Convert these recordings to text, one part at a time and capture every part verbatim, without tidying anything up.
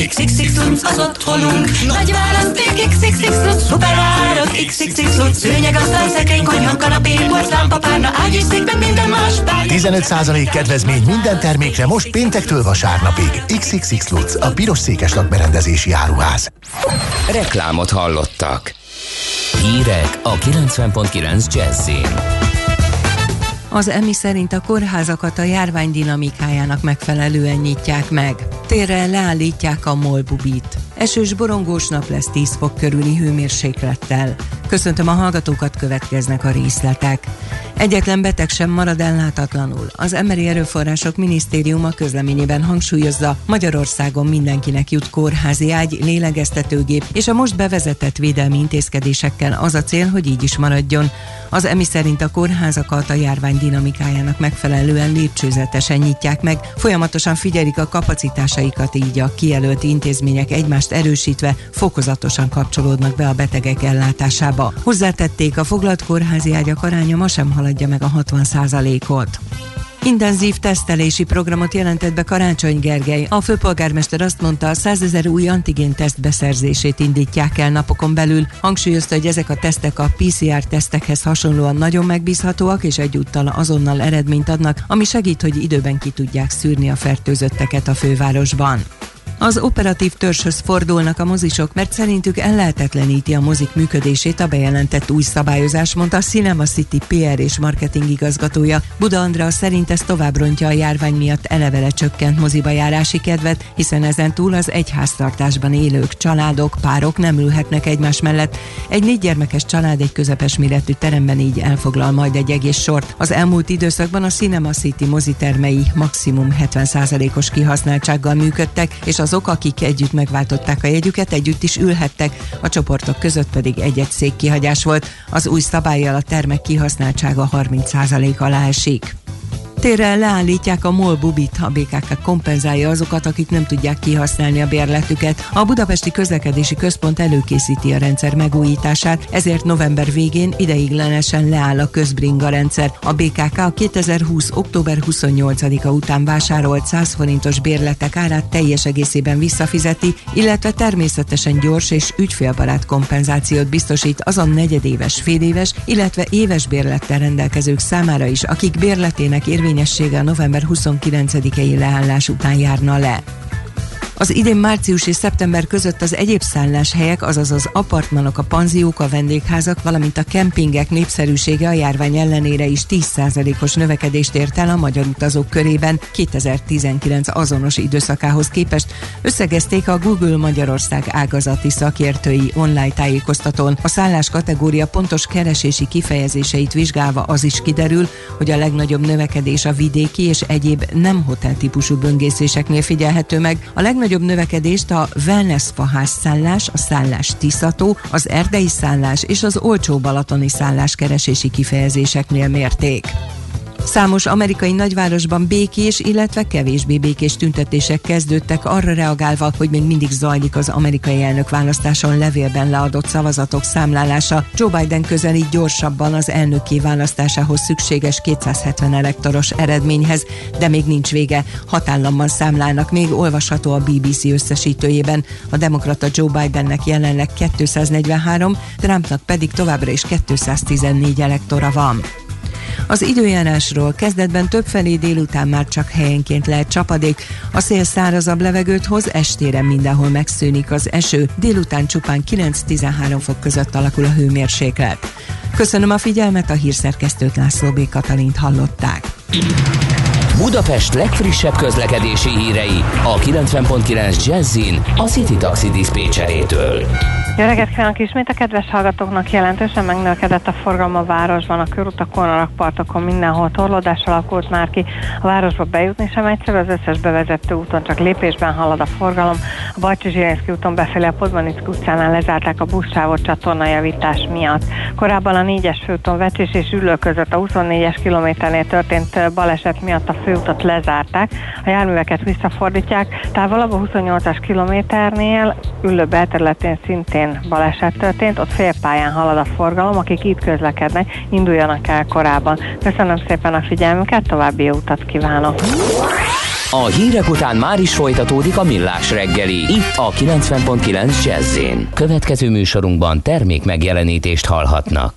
iksz iksz iksz Lunc az otthonunk. Nagy választék, iksz iksz iksz Lunc, szuperárak, iksz iksz iksz Lunc. Szőnyeg, asztal, szekrény, konyha, kanapé, porcelán, párna, ágy és székben minden más. tizenöt százalék kedvezmény minden termékre most péntektől vasárnapig. iksz iksz iksz Lunc, a piros székes lakberendezési áruház. Reklámot hallottak. Hírek a kilencven pont kilenc Jazzin. Az é em i szerint a kórházakat a járvány dinamikájának megfelelően nyitják meg. Térre leállítják a molbubit. Esős, borongós nap lesz tíz fok körüli hőmérséklettel. Köszöntöm a hallgatókat, következnek a részletek. Egyetlen beteg sem marad ellátatlanul. Az Emberi Erőforrások Minisztériuma közleményében hangsúlyozza, Magyarországon mindenkinek jut kórházi ágy, lélegeztetőgép, és a most bevezetett védelmi intézkedésekkel az a cél, hogy így is maradjon. Az é em i szerint a kórházakat a járvány dinamikájának megfelelően lépcsőzetesen nyitják meg, folyamatosan figyelik a kapacitásaikat, így a kijelölt intézmények egymást erősítve fokozatosan kapcsolódnak be a betegek ellátásába. Hozzátették, a foglalt kórházi ágyak aránya ma sem haladja meg a hatvan százalékot. Intenzív tesztelési programot jelentett be Karácsony Gergely. A főpolgármester azt mondta, százezer új antigén-teszt beszerzését indítják el napokon belül. Hangsúlyozta, hogy ezek a tesztek a pé cé er tesztekhez hasonlóan nagyon megbízhatóak, és egyúttal azonnal eredményt adnak, ami segít, hogy időben ki tudják szűrni a fertőzötteket a fővárosban. Az operatív törzshöz fordulnak a mozisok, mert szerintük ellehetetleníti a mozik működését a bejelentett új szabályozás, mondta a Cinema City pé er és marketing igazgatója. Buda Andrea szerint ez tovább rontja a járvány miatt eleve lecsökkent moziba járási kedvet, hiszen ezen túl az egyháztartásban élők, családok, párok nem ülhetnek egymás mellett. Egy négy gyermekes család egy közepes méretű teremben így elfoglal majd egy egész sort. Az elmúlt időszakban a Cinema City mozitermei maximum hetven százalékos kihasználtsággal működtek, és az azok, akik együtt megváltották a jegyüket, együtt is ülhettek, a csoportok között pedig egy-egy szék kihagyás volt. Az új szabállyal a termek kihasználtsága harminc százalék alá esik. Térrel leállítják a molbubit, a bé ká ká kompenzálja azokat, akik nem tudják kihasználni a bérletüket. A Budapesti Közlekedési Központ előkészíti a rendszer megújítását, ezért november végén ideiglenesen leáll a közbringa rendszer. A bé ká ká a kétezer-húsz. október huszonnyolcadika után vásárolt száz forintos bérletek árát teljes egészében visszafizeti, illetve természetesen gyors és ügyfélbarát kompenzációt biztosít azon negyedéves, féléves, illetve éves bérlettel rendelkezők számára is, akik bérletének érvényessége a november huszonkilencedikei leállás után járna le. Az idén március és szeptember között az egyéb szálláshelyek, azaz az apartmanok, a panziók, a vendégházak, valamint a kempingek népszerűsége a járvány ellenére is tíz százalékos növekedést ért el a magyar utazók körében kétezer-tizenkilenc azonos időszakához képest, összegezték a Google Magyarország ágazati szakértői online tájékoztatón. A szállás kategória pontos keresési kifejezéseit vizsgálva az is kiderül, hogy a legnagyobb növekedés a vidéki és egyéb nem hoteltípusú böngészéseknél figyelhető meg. A legnagyobb növekedést a wellness faház szállás, a szállás Tiszató, az erdei szállás és az olcsó balatoni szállás keresési kifejezéseknél mérték. Számos amerikai nagyvárosban békés, illetve kevésbé békés tüntetések kezdődtek, arra reagálva, hogy még mindig zajlik az amerikai elnökválasztáson levélben leadott szavazatok számlálása. Joe Biden közeli gyorsabban az elnökké választásához szükséges kétszázhetven elektoros eredményhez, de még nincs vége. Hat államban számlálnak, még olvasható a bé bé cé összesítőjében. A demokrata Joe Bidennek jelenleg kétszáznegyvenhárom, Trumpnak pedig továbbra is kétszáztizennégy elektora van. Az időjárásról: kezdetben többfelé délután már csak helyenként lehet csapadék, a szél szárazabb levegőt hoz, estére mindenhol megszűnik az eső, délután csupán kilenc-tizenhárom fok között alakul a hőmérséklet. Köszönöm a figyelmet, a hírszerkesztőt, László B. Katalint hallották. Budapest legfrissebb közlekedési hírei a kilencven pont kilenc Jazzin a City Taxi diszpécserétől. Jó reggelt kívánok ismét a kedves hallgatóknak! Jelentősen megnövekedett a forgalom a városban, a körutakon, a rakpartokon, mindenhol torlódás alakult már ki. A városba bejutni sem egyszerű, az összes bevezető úton csak lépésben halad a forgalom. A Bajcsy-Zsilinszky úton befelé a Podmanicki utcánál lezárták a buszsávot csatornajavítás miatt. Korábban a négyes főúton Vecsés és Üllő között a huszonnégyes kilométernél történt baleset miatt a főutat lezárták, a járműveket visszafordítják, távolabb a huszonnyolcas kilométernél Üllő belterületén szintén baleset történt, ott félpályán halad a forgalom, akik itt közlekednek, induljanak el korábban. Köszönöm szépen a figyelmüket, további jó utat kívánok! A hírek után már is folytatódik a Millás reggeli, itt a kilencven pont kilenc Jazz-in. Következő műsorunkban termék megjelenítést hallhatnak.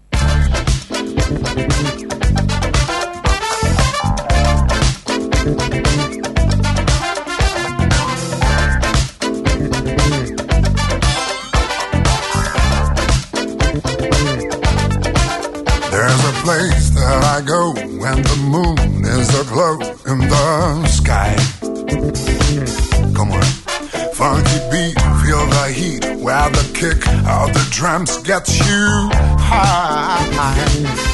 There's a place that I go when the moon is aglow in the sky. Come on. Funky beat, feel the heat, where the kick of the drums gets you high.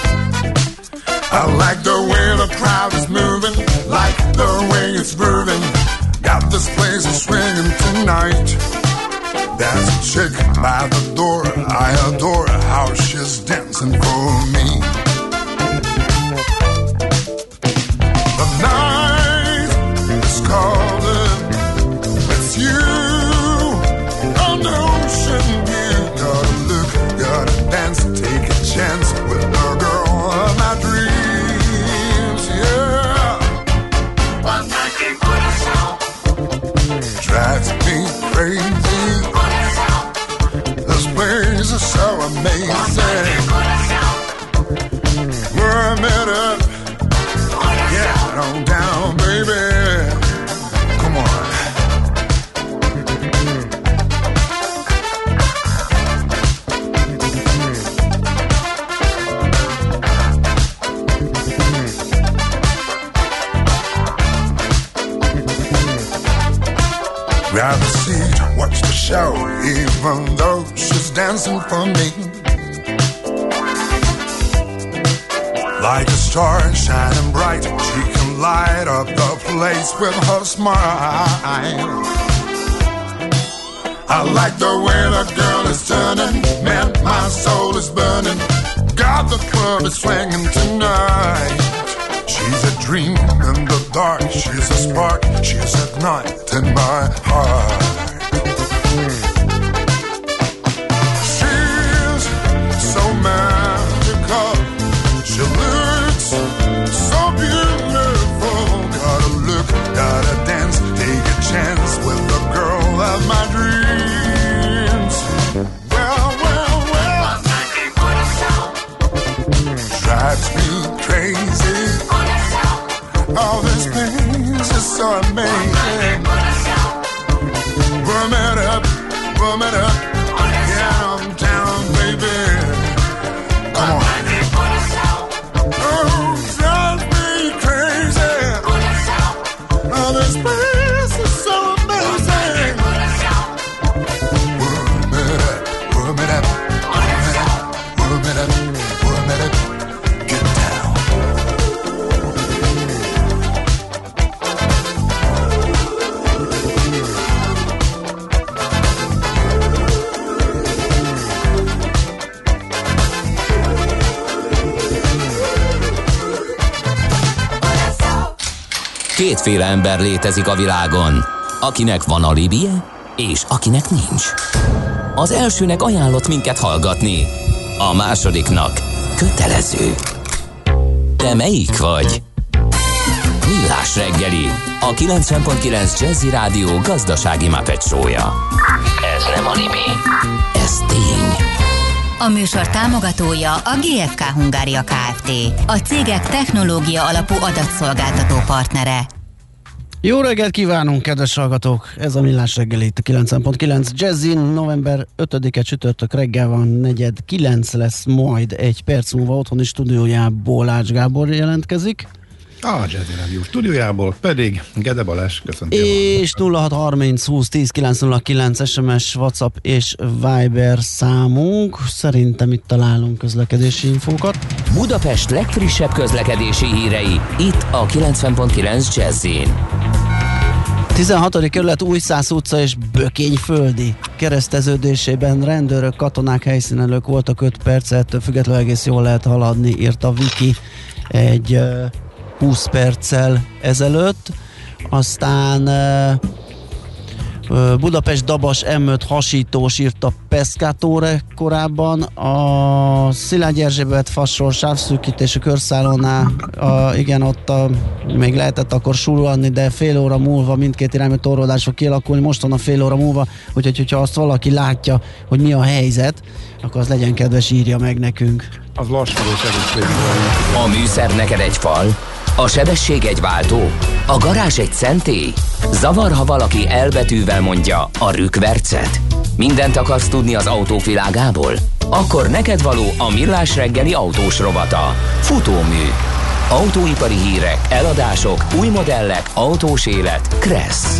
I like the way the crowd is moving, like the way it's grooving. Got this place swinging tonight. There's a chick by the door, I adore how she's dancing for me. The night is calling, it's you, an ocean view. Gotta look, gotta dance, take a chance with the girl of my dreams, yeah. One night keep put us out, drives me crazy. This place is so amazing. Warm it up, get on down, baby. Come on. Grab a seat, watch the show, even though she's dancing for me. Like a star shining bright, she can light up the place with her smile. I like the way the girl is turning, man, my soul is burning. God, the club is swinging tonight. She's a dream in the dark, she's a spark, she's igniting my heart. She's so magical, she looks so beautiful. Gotta look, gotta dance, take a chance with the girl of my dreams. Well, well, well, drives me crazy. All this place is so amazing. Warm it up, warm it up. Get on down, baby. Come on. Oh, drive me crazy. All this place is so amazing. Warm it up, warm it up, warm it up, warm it up, warm it up. Get down. Kétféle ember létezik a világon, akinek van alibije, és akinek nincs. Az elsőnek ajánlott minket hallgatni, a másodiknak kötelező. Te melyik vagy? Millás reggeli, a kilencven pont kilenc Jazzy Rádió gazdasági Muppet show-ja. Ez nem anime, ez tény. A műsor támogatója a gé ef ká Hungária Kft. A cégek technológia alapú adatszolgáltató partnere. Jó reggelt kívánunk, kedves hallgatók! Ez a Millás reggeli itt a kilencven pont kilenc Jazzin. November ötödike csütörtök reggel van, negyed kilenc lesz majd egy perc múlva otthoni stúdiójából Ács Gábor jelentkezik. A Jazzy Rádió stúdiójából pedig Gede Balázs, köszöntöm. És nulla hat harminc húsz tíz kilenc nulla kilenc es em es, WhatsApp és Viber számunk. Szerintem itt találunk közlekedési infókat. Budapest legfrissebb közlekedési hírei, itt a kilencven pont kilenc Jazzin. tizenhatodik kerület Újszász utca és Bökényföldi kereszteződésében rendőrök, katonák, helyszínelők voltak öt percet, ettől függetlenül egész jól lehet haladni, írt a Viki egy uh, húsz perccel ezelőtt. Aztán uh, Budapest Dabas em öt hasítós, írta Pescatore korábban, a Szilágy Erzsébet fasor sávszűkítés a körszálonál, a, igen, ott a, még lehetett akkor surranni, de fél óra múlva mindkét irányba torlódás fog kialakulni, mostan a fél óra múlva, úgyhogy hogyha azt valaki látja, hogy mi a helyzet, akkor az legyen kedves, írja meg nekünk. Az lassulós erősség. A műszer neked egy fal, a sebesség egy váltó, a garázs egy szentély. Zavar, ha valaki elbetűvel mondja a rükvercet. Mindent akarsz tudni az autók világából? Akkor neked való a Millás reggeli autós rovata. Futómű. Autóipari hírek, eladások, új modellek, autós élet. Kressz.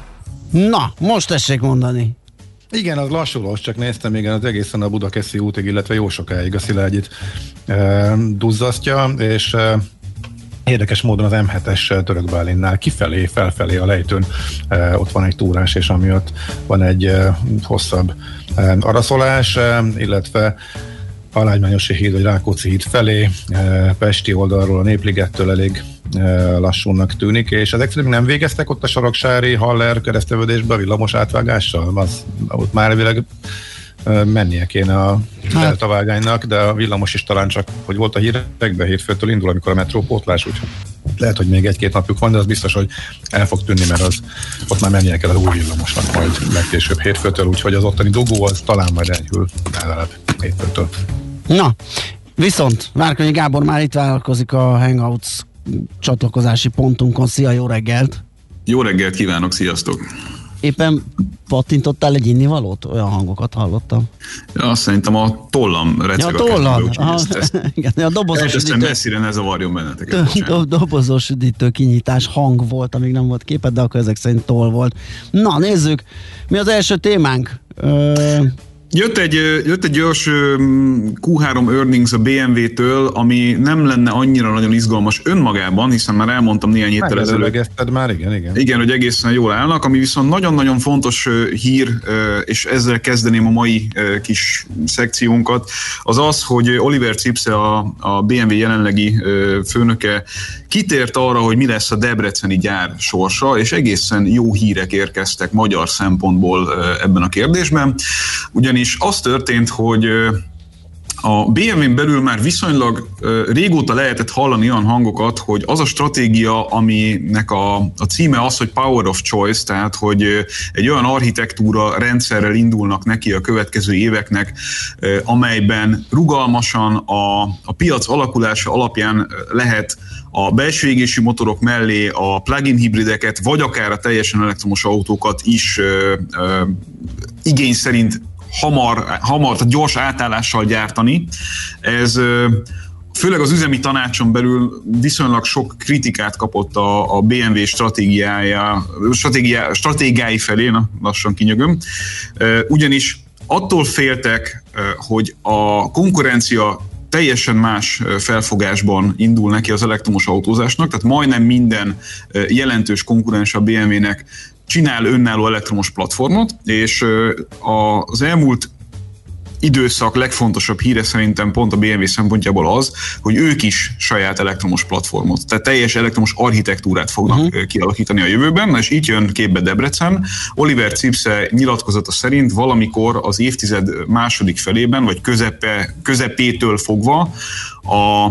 Na, most tessék mondani. Igen, az lassulós, csak néztem, igen, az egészen a Budakeszi útig, illetve jó sokáig a Szilágyit e, duzzasztja, és e, érdekes módon az em hetes Törökbálinnál kifelé, felfelé a lejtőn e, ott van egy túrás, és amiatt van egy e, hosszabb e, araszolás, e, illetve a Lágymányosi híd, vagy Rákóczi híd felé, e, pesti oldalról a Népligettől elég e, lassúnak tűnik, és ezek szerint nem végeztek ott a Soroksári Haller keresztövődésbe a villamos átvágással? Az, ott már elvileg e, mennie kéne a hát. deltavágánynak, de a villamos is talán csak, hogy volt a hírekben, hétfőtől indul, amikor a metrópótlás, úgyhogy lehet, hogy még egy-két napjuk van, de az biztos, hogy el fog tűnni, mert az ott már mennie kell az új villamosnak majd legkésőbb hétfőtől, úgyhogy az ottani dugó az talán majd enyhül legalább hétfőtől. Na, viszont Várkonyi Gábor már itt vállalkozik a Hangouts csatlakozási pontunkon. Szia, jó reggelt! Jó reggelt kívánok, sziasztok! Éppen pattintottál egy innivalót? Olyan hangokat hallottam. Ja, azt szerintem a tollam receg ja, a tollam. kezembe, Igen, a dobozos üdítő... messzire ne zavarjon benneteket. Do- dobozos üdítő kinyitás hang volt, amíg nem volt képed, de akkor ezek szerint toll volt. Na, nézzük, mi az első témánk? Ö... Jött egy, jött egy gyors kú három earnings a bé em vé-től, ami nem lenne annyira nagyon izgalmas önmagában, hiszen már elmondtam néhány héttel ezelőtt. már, igen, igen. Igen, hogy egészen jól állnak, ami viszont nagyon-nagyon fontos hír, és ezzel kezdeném a mai kis szekciónkat, az az, hogy Oliver Zipse, a, a bé em vé jelenlegi főnöke kitért arra, hogy mi lesz a debreceni gyár sorsa, és egészen jó hírek érkeztek magyar szempontból ebben a kérdésben. Ugyanis és az történt, hogy a bé em vén belül már viszonylag régóta lehetett hallani olyan hangokat, hogy az a stratégia, aminek a, a címe az, hogy Power of Choice, tehát hogy egy olyan architektúra rendszerrel indulnak neki a következő éveknek, amelyben rugalmasan a, a piac alakulása alapján lehet a belső égésű motorok mellé a plug-in hibrideket, vagy akár a teljesen elektromos autókat is ö, ö, igény szerint hamar, hamar, tehát gyors átállással gyártani. Ez főleg az üzemi tanácson belül viszonylag sok kritikát kapott a, a bé em vé stratégiája, stratégiá, stratégiái felé, na, lassan kinyögöm. Ugyanis attól féltek, hogy a konkurencia teljesen más felfogásban indul neki az elektromos autózásnak, tehát majdnem minden jelentős konkurens a bé em vének csinál önálló elektromos platformot, és az elmúlt időszak legfontosabb híre szerintem pont a bé em vé szempontjából az, hogy ők is saját elektromos platformot, tehát teljes elektromos architektúrát fognak uh-huh. kialakítani a jövőben, na és így jön képbe Debrecen. Oliver Zipse nyilatkozata szerint valamikor az évtized második felében, vagy közepe, közepétől fogva a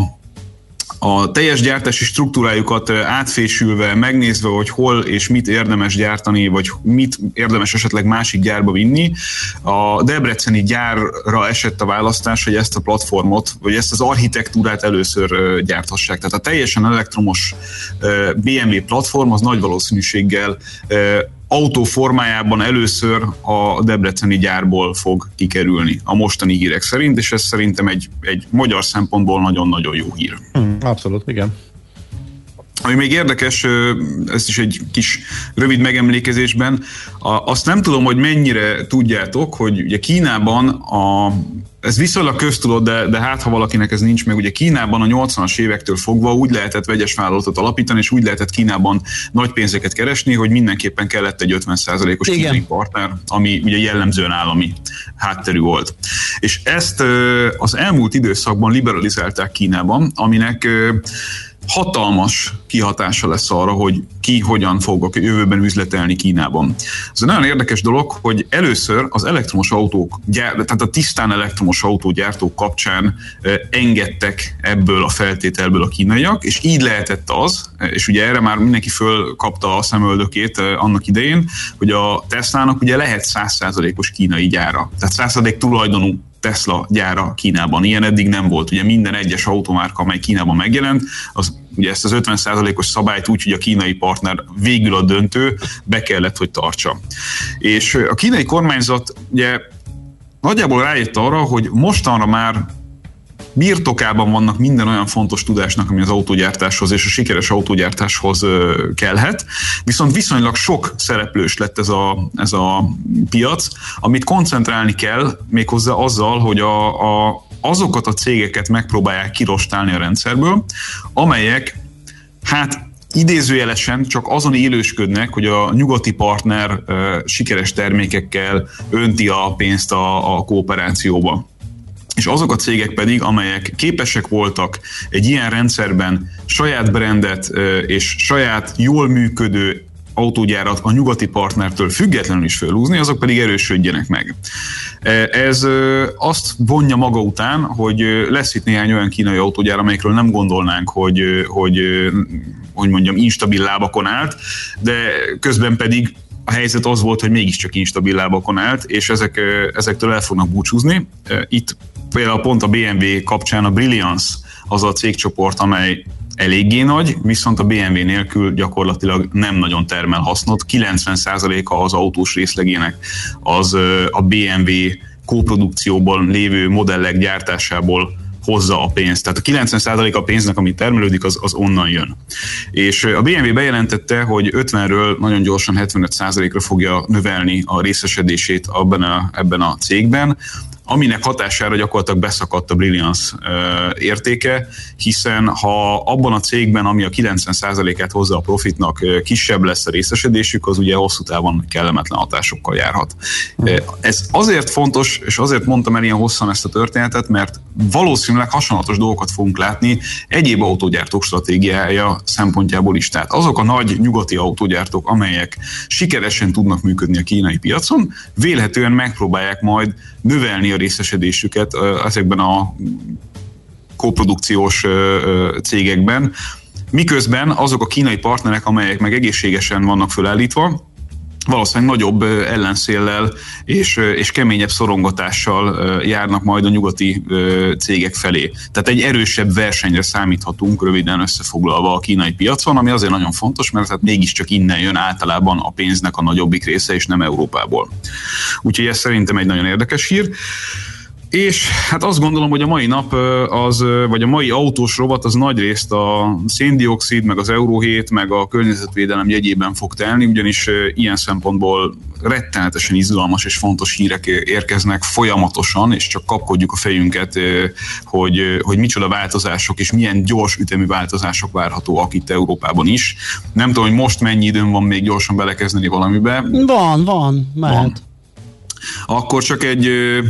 a teljes gyártási struktúrájukat átfésülve, megnézve, hogy hol és mit érdemes gyártani, vagy mit érdemes esetleg másik gyárba vinni, a debreceni gyárra esett a választás, hogy ezt a platformot, vagy ezt az architektúrát először gyárthassák. Tehát a teljesen elektromos bé em vé platform az nagy valószínűséggel autó formájában először a debreceni gyárból fog kikerülni a mostani hírek szerint, és ez szerintem egy, egy magyar szempontból nagyon-nagyon jó hír. Abszolút, igen. Ami még érdekes, ez is egy kis rövid megemlékezésben, azt nem tudom, hogy mennyire tudjátok, hogy ugye Kínában a ez viszonylag köztudott, de, de hát ha valakinek ez nincs meg, ugye Kínában a nyolcvanas évektől fogva úgy lehetett vegyes vállalatot alapítani, és úgy lehetett Kínában nagy pénzeket keresni, hogy mindenképpen kellett egy ötven százalékos kínai partner, ami ugye jellemzően állami hátterű volt. És ezt az elmúlt időszakban liberalizálták Kínában, aminek hatalmas kihatása lesz arra, hogy ki hogyan fog a jövőben üzletelni Kínában. Ez egy nagyon érdekes dolog, hogy először az elektromos autók, tehát a tisztán elektromos autógyártók kapcsán engedtek ebből a feltételből a kínaiak, és így lehetett az, és ugye erre már mindenki fölkapta a szemöldökét annak idején, hogy a Teslának ugye lehet száz százalékos kínai gyára, tehát száz százalék tulajdonú Tesla gyára Kínában. Ilyen eddig nem volt. Ugye minden egyes automárka, amely Kínában megjelent, az ugye ezt az ötven százalékos szabályt úgy, hogy a kínai partner végül a döntő be kellett, hogy tartsa. És a kínai kormányzat ugye nagyjából rájött arra, hogy mostanra már birtokában vannak minden olyan fontos tudásnak, ami az autógyártáshoz és a sikeres autógyártáshoz kellhet, viszont viszonylag sok szereplős lett ez a, ez a piac, amit koncentrálni kell méghozzá azzal, hogy a, a, azokat a cégeket megpróbálják kirostálni a rendszerből, amelyek hát idézőjelesen csak azon élősködnek, hogy a nyugati partner uh, sikeres termékekkel önti a pénzt a, a kooperációba. És azok a cégek pedig, amelyek képesek voltak egy ilyen rendszerben saját brandet és saját jól működő autógyárat a nyugati partnertől függetlenül is felhúzni, azok pedig erősödjenek meg. Ez azt vonja maga után, hogy lesz itt néhány olyan kínai autógyár, amelyekről nem gondolnánk, hogy, hogy, hogy mondjam, instabil lábakon állt, de közben pedig a helyzet az volt, hogy mégiscsak instabil lábakon állt, és ezek, ezektől el fognak búcsúzni. Itt például pont a bé em vé kapcsán a Brilliance az a cégcsoport, amely eléggé nagy, viszont a bé em vé nélkül gyakorlatilag nem nagyon termel hasznot. kilencven százaléka az autós részlegének az a bé em vé kóprodukcióban lévő modellek gyártásából hozza a pénzt. Tehát a kilencven százalék a pénznek, ami termelődik, az, az onnan jön. És a bé em vé bejelentette, hogy ötvenről nagyon gyorsan hetvenöt százalékra fogja növelni a részesedését abban a, ebben a cégben, aminek hatására gyakorlatilag beszakadt a Brilliance értéke, hiszen ha abban a cégben, ami a kilencven százalékát hozza a profitnak, kisebb lesz a részesedésük, az ugye hosszú távon kellemetlen hatásokkal járhat. Ez azért fontos, és azért mondtam el ilyen hosszan ezt a történetet, mert valószínűleg hasonlatos dolgokat fogunk látni egyéb autógyártók stratégiája szempontjából is. Tehát azok a nagy nyugati autógyártók, amelyek sikeresen tudnak működni a kínai piacon, vélhetően megpróbálják majd növelni a részesedésüket ezekben a kóprodukciós cégekben, miközben azok a kínai partnerek, amelyek meg egészségesen vannak fölállítva, valószínűleg nagyobb ellenszéllel és, és keményebb szorongatással járnak majd a nyugati cégek felé. Tehát egy erősebb versenyre számíthatunk röviden összefoglalva a kínai piacon, ami azért nagyon fontos, mert hát mégiscsak innen jön általában a pénznek a nagyobbik része, és nem Európából. Úgyhogy ez szerintem egy nagyon érdekes hír. És hát azt gondolom, hogy a mai nap az, vagy a mai autós rovat az nagyrészt a széndioxid, meg az Euró hét, meg a környezetvédelem jegyében fog telni, ugyanis ilyen szempontból rettenetesen izgalmas és fontos hírek érkeznek folyamatosan, és csak kapkodjuk a fejünket, hogy, hogy micsoda változások és milyen gyors ütemű változások várhatóak itt Európában is. Nem tudom, hogy most mennyi időm van még gyorsan belekezdeni valamibe. Van, van, mehet. Van. Akkor csak egy...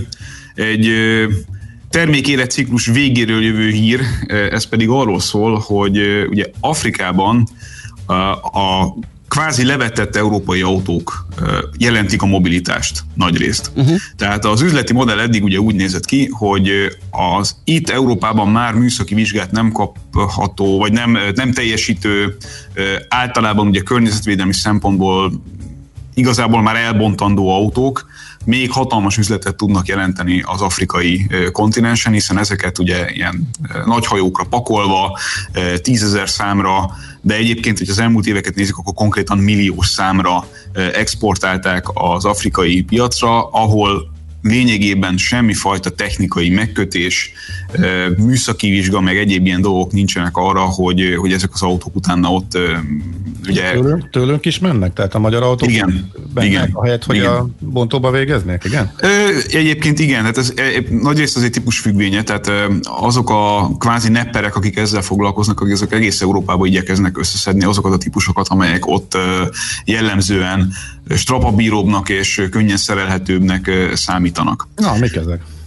egy termékéletciklus végéről jövő hír, ez pedig arról szól, hogy ugye Afrikában a, a kvázi levetett európai autók jelentik a mobilitást nagyrészt. Uh-huh. Tehát az üzleti modell eddig ugye úgy nézett ki, hogy az itt Európában már műszaki vizsgát nem kapható, vagy nem, nem teljesítő, általában ugye környezetvédelmi szempontból igazából már elbontandó autók még hatalmas üzletet tudnak jelenteni az afrikai kontinensen, hiszen ezeket ugye ilyen nagy hajókra pakolva, tízezer számra, de egyébként, hogy az elmúlt éveket nézzük, akkor konkrétan milliós számra exportálták az afrikai piacra, ahol lényegében semmifajta technikai megkötés, műszaki vizsga, meg egyéb ilyen dolgok nincsenek arra, hogy, hogy ezek az autók utána ott ugye... Tőlünk, tőlünk is mennek? Tehát a magyar autók igen, bennek, igen, ahelyett, hogy igen. a bontóba végeznék, igen? Egyébként igen, hát ez nagyrészt az egy típus függvénye, tehát azok a kvázi nepperek, akik ezzel foglalkoznak, akik azok egész Európában igyekeznek összeszedni azokat a típusokat, amelyek ott jellemzően strapabíróbbnak és könnyen szerelhetőbbnek számítanak. Na, mik ezek?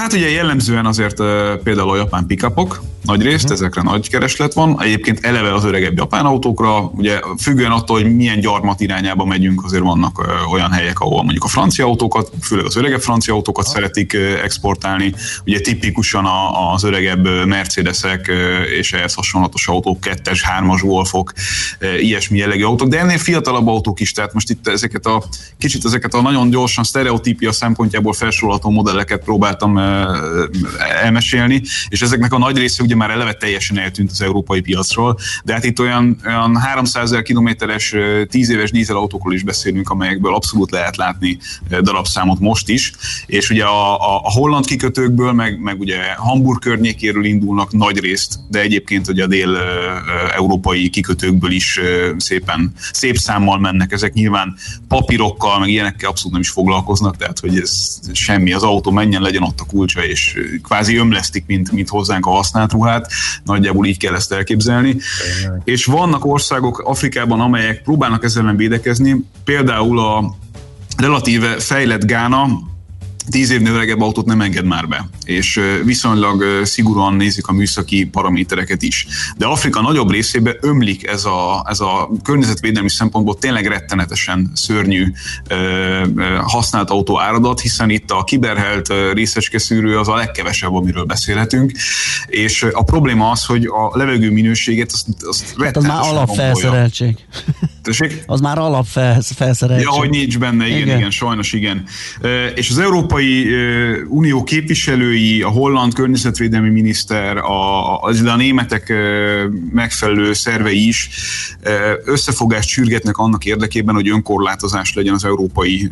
Hát ugye jellemzően azért uh, például a japán pick-upok, nagy részt, uh-huh. ezekre nagy kereslet van. Egyébként eleve az öregebb japán autókra, ugye függően attól, hogy milyen gyarmat irányába megyünk, azért vannak uh, olyan helyek, ahol mondjuk a francia autókat, főleg az öregebb francia autókat uh-huh. szeretik uh, exportálni. Ugye tipikusan a, az öregebb Mercedesek uh, és ehhez hasonlatos autók, kettes, hármas Golfok, uh, ilyesmi jellegű autók, de ennél fiatalabb autók is, tehát most itt ezeket a kicsit ezeket a nagyon gyorsan sztereotípia szempontjából felsorolható modelleket próbáltam uh, elmesélni, és ezeknek a nagy része ugye már eleve teljesen eltűnt az európai piacról, de hát itt olyan, olyan háromszázezer kilométeres, tíz éves dízelautókról is beszélünk, amelyekből abszolút lehet látni darabszámot most is, és ugye a, a, a holland kikötőkből, meg, meg ugye Hamburg környékéről indulnak nagy részt, de egyébként ugye a dél-európai kikötőkből is szépen, szép számmal mennek, ezek nyilván papírokkal, meg ilyenekkel abszolút nem is foglalkoznak, tehát hogy ez semmi, az autó menjen, legyen ott a kulcsa, és kvázi ömlesztik, mint, mint hozzánk a használt ruhát. Nagyjából így kell ezt elképzelni. Igen. És vannak országok Afrikában, amelyek próbálnak ezzel ellen védekezni. Például a relatíve fejlett Gána tíz évnél öregebb autót nem enged már be, és viszonylag szigorúan nézik a műszaki paramétereket is. De Afrika nagyobb részében ömlik ez a, ez a környezetvédelmi szempontból tényleg rettenetesen szörnyű ö, ö, használt autó áradat, hiszen itt a kiberhelt részecskeszűrő az a legkevesebb, amiről beszélhetünk, és a probléma az, hogy a levegő minőséget azt, azt hát az már alapfelszereltség. Az már alapfelszereltség. Ja, hogy nincs benne, igen, igen, igen, sajnos igen. És az Európai Unió képviselői, a holland környezetvédelmi miniszter, a, a, a németek megfelelő szervei is összefogást sürgetnek annak érdekében, hogy önkorlátozás legyen az európai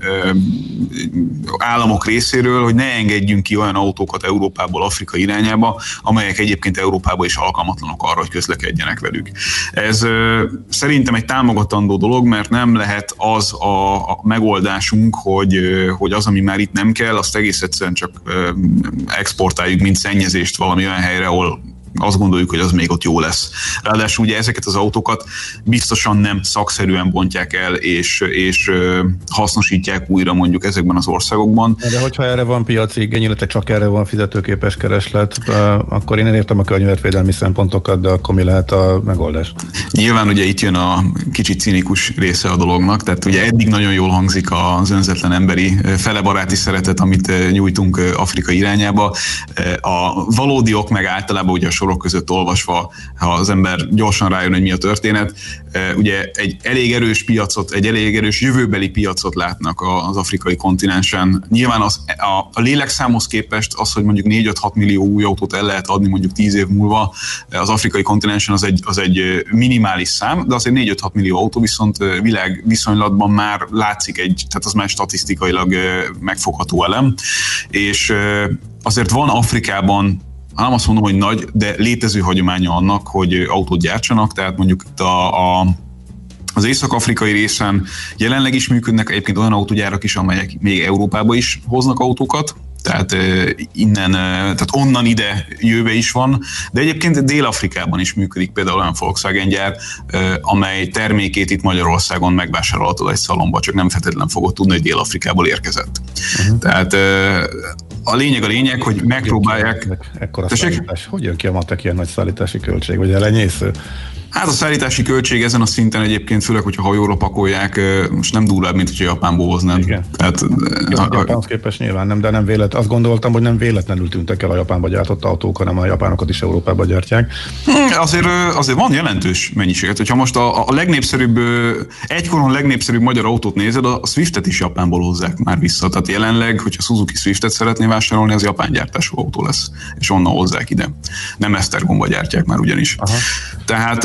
államok részéről, hogy ne engedjünk ki olyan autókat Európából Afrika irányába, amelyek egyébként Európában is alkalmatlanok arra, hogy közlekedjenek velük. Ez szerintem egy támogatandó dolog, mert nem lehet az a, a megoldásunk, hogy, hogy az, ami már itt nem kell, azt egész egyszerűen csak exportáljuk, mint szennyezést valami olyan helyre, ahol azt gondoljuk, hogy az még ott jó lesz. Ráadásul ugye ezeket az autókat biztosan nem szakszerűen bontják el, és, és hasznosítják újra mondjuk ezekben az országokban. De hogyha erre van piaci igény, illetve csak erre van fizetőképes kereslet, akkor én értem a környezetvédelmi szempontokat, de akkor mi lehet a megoldás? Nyilván ugye itt jön a kicsit cinikus része a dolognak, tehát ugye eddig nagyon jól hangzik az önzetlen emberi felebaráti szeretet, amit nyújtunk Afrika irányába. A valódi ok meg általában ugye a sorok között olvasva, ha az ember gyorsan rájön, hogy mi a történet. Ugye egy elég erős piacot, egy elég erős jövőbeli piacot látnak az afrikai kontinensen. Nyilván az, a, a lélekszámhoz képest az, hogy mondjuk négy-öt-hat millió új autót el lehet adni mondjuk tíz év múlva, az afrikai kontinensen az egy, az egy minimális szám, de azért négy-öt-hat millió autó viszont világ viszonylatban már látszik egy, tehát az már statisztikailag megfogható elem, és azért van Afrikában, nem azt mondom, hogy nagy, de létező hagyománya annak, hogy autót gyártsanak, tehát mondjuk a, a, az észak-afrikai részen jelenleg is működnek egyébként olyan autógyárak is, amelyek még Európába is hoznak autókat, tehát innen, tehát onnan ide jövő is van, de egyébként Dél-Afrikában is működik például olyan Volkswagen gyár, amely termékét itt Magyarországon megvásárolhatod egy szalomba, csak nem feltétlenül fogod tudni, hogy Dél-Afrikából érkezett. Uh-huh. Tehát a lényeg a lényeg, hogy megpróbálják... Ekkora szállítás. Hogy jön ki a matek ilyen nagy szállítási költség, vagy elenyésző? Hát a szállítási költség ezen a szinten egyébként, főleg, hogyha hajóra pakolják, most nem durvább, mint hogyha Japánból hoznád. Igen. Tehát, ja, a Japánhoz képest nyilván nem, de nem vélet. Azt gondoltam, hogy nem véletlenül tűntek el a Japánba gyártott autók, hanem a japánokat is Európába gyártják. Azért, azért van jelentős mennyiséget. Hogyha most a, a legnépszerűbb, egykoron legnépszerűbb magyar autót nézed, a Swiftet is Japánból hozzák már vissza. Tehát jelenleg, hogyha Suzuki Swiftet szeretné vásárolni, az japán gyártású autó lesz, és onnan hozzák ide. Nem Esztergomba gyártják már ugyanis. Aha. Tehát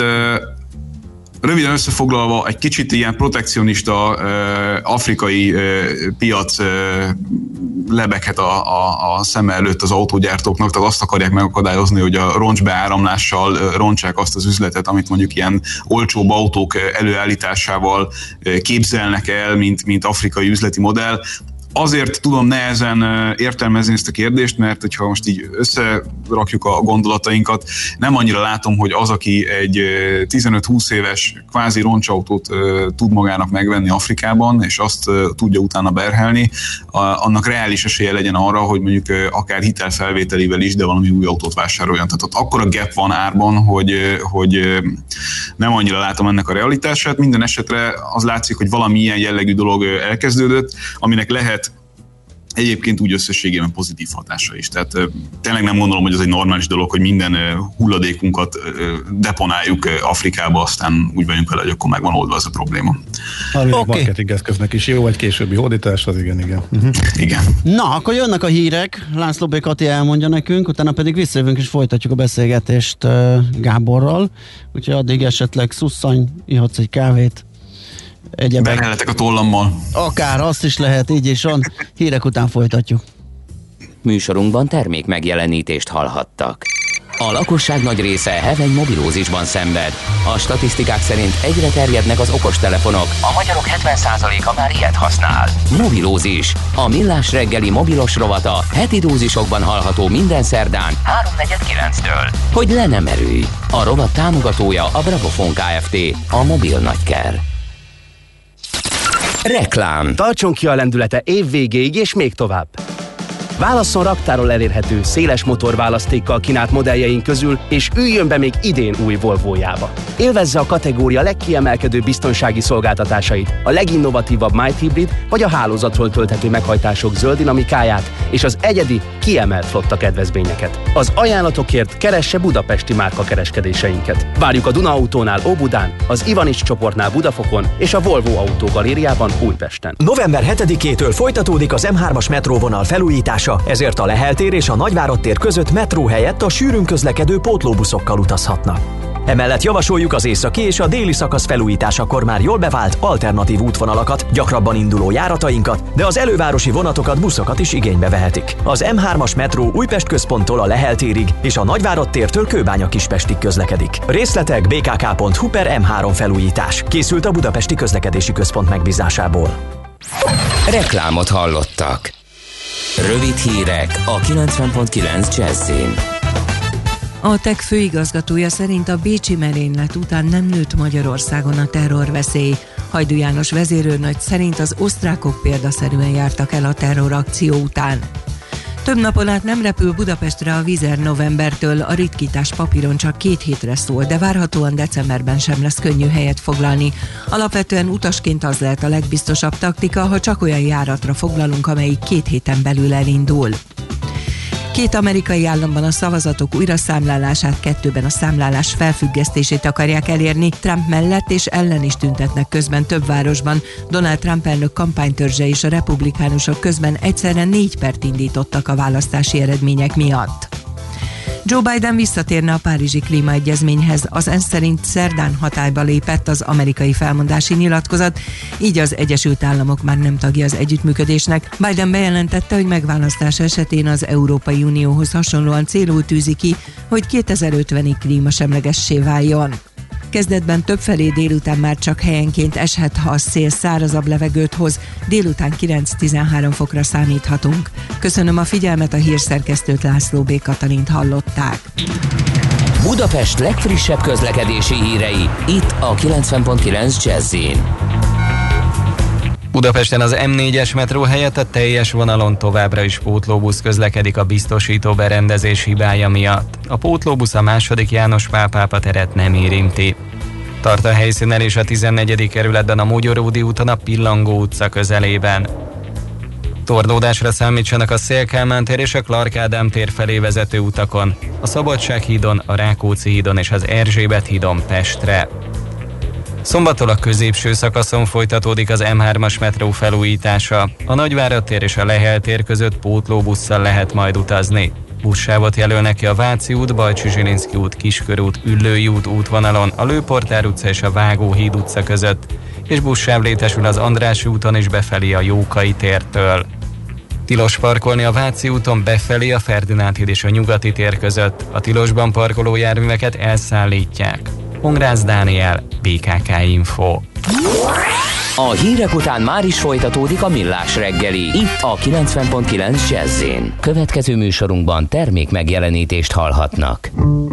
röviden összefoglalva, egy kicsit ilyen protekcionista uh, afrikai uh, piac uh, lebeghet a, a, a szeme előtt az autógyártóknak, tehát azt akarják megakadályozni, hogy a roncsbeáramlással uh, rontsák azt az üzletet, amit mondjuk ilyen olcsóbb autók előállításával uh, képzelnek el, mint, mint afrikai üzleti modell. azért tudom nehezen értelmezni ezt a kérdést, mert hogyha most így összerakjuk a gondolatainkat, nem annyira látom, hogy az, aki egy tizenöt-húsz éves kvázi roncsautót tud magának megvenni Afrikában, és azt tudja utána berhelni, annak reális esélye legyen arra, hogy mondjuk akár hitelfelvételével is, de valami új autót vásároljon. Tehát ott akkora gap van árban, hogy, hogy nem annyira látom ennek a realitását. Minden esetre az látszik, hogy valami ilyen jellegű dolog elkezdődött, aminek lehet egyébként úgy összességében pozitív hatása is. Tehát tényleg nem gondolom, hogy ez egy normális dolog, hogy minden hulladékunkat deponáljuk Afrikába, aztán úgy vagyunk vele, hogy akkor meg van oldva ez a probléma. Valami okay. Marketing eszköznek is jó, egy későbbi hódítás, az igen, igen. Uh-huh. Igen. Na, akkor jönnek a hírek, László B. Kati elmondja nekünk, utána pedig visszajövünk és folytatjuk a beszélgetést uh, Gáborral, úgyhogy addig esetleg szusszany, ihatsz egy kávét, egyebek. Berheletek a tollammal. Akár azt is lehet, így is van. Hírek után folytatjuk. Műsorunkban termék megjelenítést hallhattak. A lakosság nagy része heveny mobilózisban szenved. A statisztikák szerint egyre terjednek az okostelefonok. A magyarok hetven százaléka már ilyet használ. Mobilózis. A Millás reggeli mobilos rovata heti dózisokban hallható minden szerdán háromnegyed kilenctől. Hogy le nem erőj. A rovat támogatója a Bravofon Kft. A mobil nagyker. Reklám. Tartson ki a lendülete év végéig és még tovább. Válasszon raktáról elérhető, széles motorválasztékkal kínált modelljeink közül, és üljön be még idén új Volvojába. Élvezze a kategória legkiemelkedőbb biztonsági szolgáltatásait, a leginnovatívabb Might Hybrid vagy a hálózatról tölthető meghajtások zöld dinamikáját és az egyedi, kiemelt flotta kedvezményeket. Az ajánlatokért keresse budapesti márka kereskedéseinket. Várjuk a Duna Autónál Óbudán, az Ivanics csoportnál Budafokon és a Volvo Autó Galériában Újpesten. november hetedikétől folytatódik az em hármas metróvonal felújítása, ezért a Lehel tér és a Nagyvárad tér között metró helyett a sűrűn közlekedő pótlóbuszokkal utazhatnak. Emellett javasoljuk az északi és a déli szakasz felújításakor már jól bevált alternatív útvonalakat, gyakrabban induló járatainkat, de az elővárosi vonatokat, buszokat is igénybe vehetik. Az em hármas metró Újpest központtól a Lehel térig és a Nagyvárad tértől Kőbánya-Kispestig közlekedik. Részletek bé ká ká pont hu per em három felújítás. Készült a Budapesti Közlekedési Központ megbízásából. Reklámot hallottak. Rövid hírek a kilencven pont kilenc Jazzin. A té e ká főigazgatója szerint a bécsi merénylet után nem nőtt Magyarországon a terrorveszély. Hajdú János vezérőrnagy szerint az osztrákok példaszerűen jártak el a terrorakció után. Több napon át nem repül Budapestre a Wizz Air novembertől, a ritkítás papíron csak két hétre szól, de várhatóan decemberben sem lesz könnyű helyet foglalni. Alapvetően utasként az lehet a legbiztosabb taktika, ha csak olyan járatra foglalunk, amelyik két héten belül elindul. Két amerikai államban a szavazatok újraszámlálását, kettőben a számlálás felfüggesztését akarják elérni. Trump mellett és ellen is tüntetnek közben több városban. Donald Trump elnök kampánytörzse és a republikánusok közben egyszerre négy pert indítottak a választási eredmények miatt. Joe Biden visszatérne a Párizsi Klímaegyezményhez. Az ENSZ szerint szerdán hatályba lépett az amerikai felmondási nyilatkozat, így az Egyesült Államok már nem tagja az együttműködésnek. Biden bejelentette, hogy megválasztása esetén az Európai Unióhoz hasonlóan célul tűzi ki, hogy kétezer-ötvenig klímasemlegessé váljon. Kezdetben többfelé délután már csak helyenként eshet, ha a szél szárazabb levegőt hoz. Délután kilenc-tizenhárom fokra számíthatunk. Köszönöm a figyelmet, a hírszerkesztőt, László B. Katalint hallották. Budapest legfrissebb közlekedési hírei, itt a kilencven pont kilenc Jazzin. Budapesten az em négyes metró helyett a teljes vonalon továbbra is pótlóbusz közlekedik a biztosító berendezés hibája miatt. A pótlóbusz a második János Pál pápa teret nem érinti. Tart a helyszínen és a tizennegyedik kerületben a Mogyoródi úton a Pillangó utca közelében. Torlódásra számítsanak a Széll-Kálmán tér és a Clark Ádám tér felé vezető utakon, a Szabadsághídon, a Rákóczi hídon és az Erzsébet hídon Pestre. Szombattól a középső szakaszon folytatódik az em hármas metró felújítása. A Nagyvárad tér és a Lehel tér között pótlóbusszal lehet majd utazni. Buszsávot jelölnek ki a Váci út, Bajcsy-Zsilinszky út, Kiskörút, Üllői út útvonalon, a Lőportár utca és a Vágóhíd utca között, és buszsáv létesül az Andrássy úton és befelé a Jókai tértől. Tilos parkolni a Váci úton befelé a Ferdinánd híd és a Nyugati tér között. A tilosban parkoló járműveket elszállítják. Pongrász Dániel, bé ká ká Info. A hírek után már is folytatódik a Millás reggeli, itt a kilencven pont kilenc Jazz-én. Következő műsorunkban termék megjelenítést hallhatnak.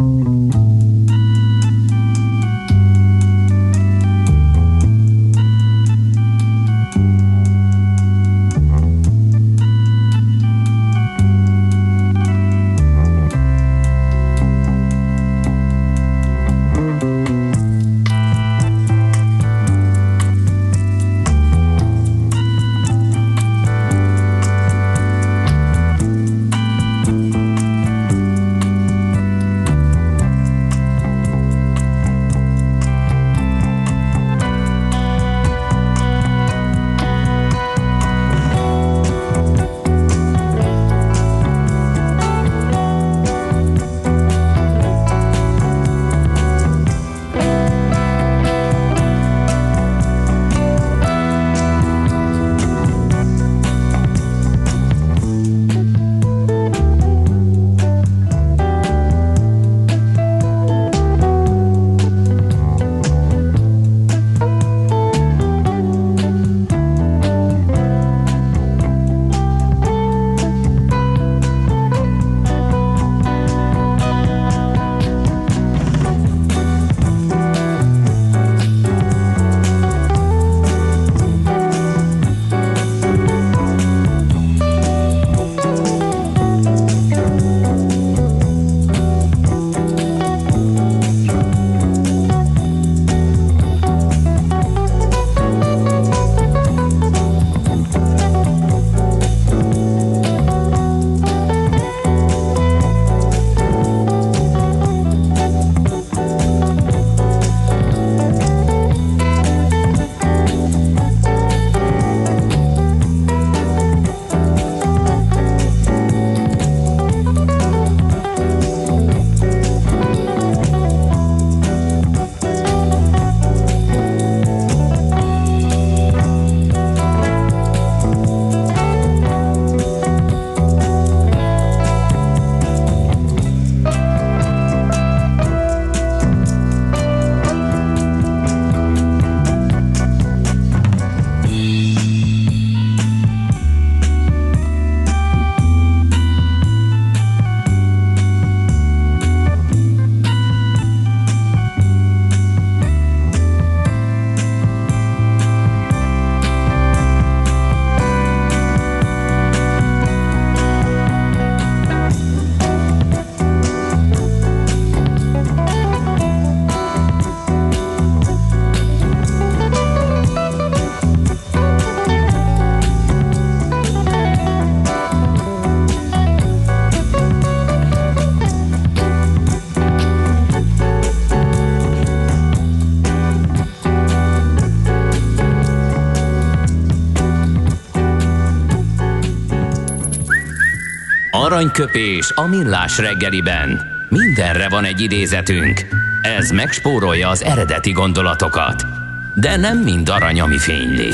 Aranyköpés a Millás reggeliben. Mindenre van egy idézetünk. Ez megspórolja az eredeti gondolatokat. De nem mind arany, ami fényli.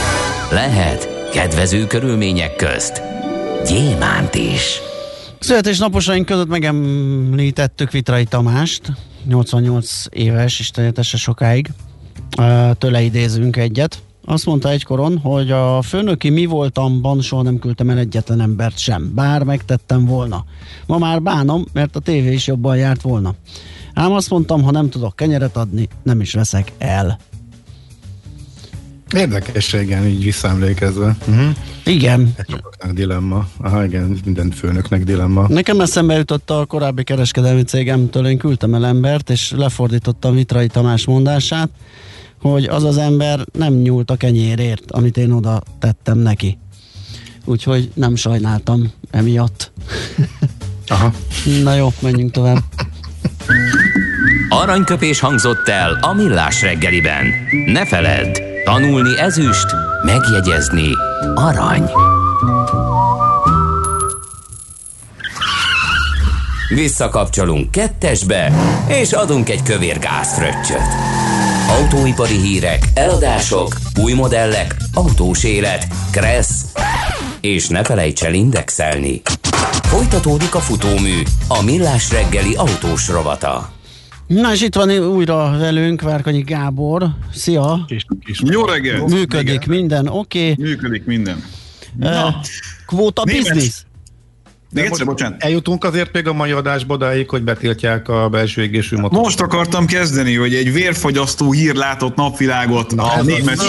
Lehet kedvező körülmények közt gyémánt is. Születésnaposaink között megemlítettük Vitrai Tamást, nyolcvannyolc éves, Isten éltesse sokáig. Tőle idézünk egyet. Azt mondta egykoron, hogy a főnöki mi voltamban soha nem küldtem el egyetlen embert sem, bár megtettem volna. Ma már bánom, mert a tévé is jobban járt volna. Ám azt mondtam, ha nem tudok kenyeret adni, nem is veszek el. Érdekes, igen, így visszaemlékezve. Uh-huh. Igen. Sokaknak dilemma. Aha, igen, minden főnöknek dilemma. Nekem eszembe jutott a korábbi kereskedelmi cégemtől, én küldtem el embert, és lefordítottam Vitrai Tamás mondását, hogy az az ember nem nyúlt a kenyérért, amit én oda tettem neki. Úgyhogy nem sajnáltam emiatt. Aha. Na jó, menjünk tovább. Aranyköpés hangzott el a Millás reggeliben. Ne feledd, tanulni ezüst, megjegyezni arany. Visszakapcsolunk kettesbe, és adunk egy kövér gázfröccsöt. Autóipari hírek, eladások, új modellek, autós élet, kressz, és ne felejts el indexelni. Folytatódik a futómű, a Millás reggeli autós rovata. Na és itt van újra velünk Várkonyi Gábor. Szia! Kis, kis Jó reggelt! Működik igen. Minden, oké. Okay. Működik minden. Uh, kvóta biznisz? De egyszer, bocsánat. Eljutunk azért még a mai adásba odáig, hogy betiltják a belső égésű motort. Most akartam kezdeni, hogy egy vérfagyasztó hír látott napvilágot. Na, a német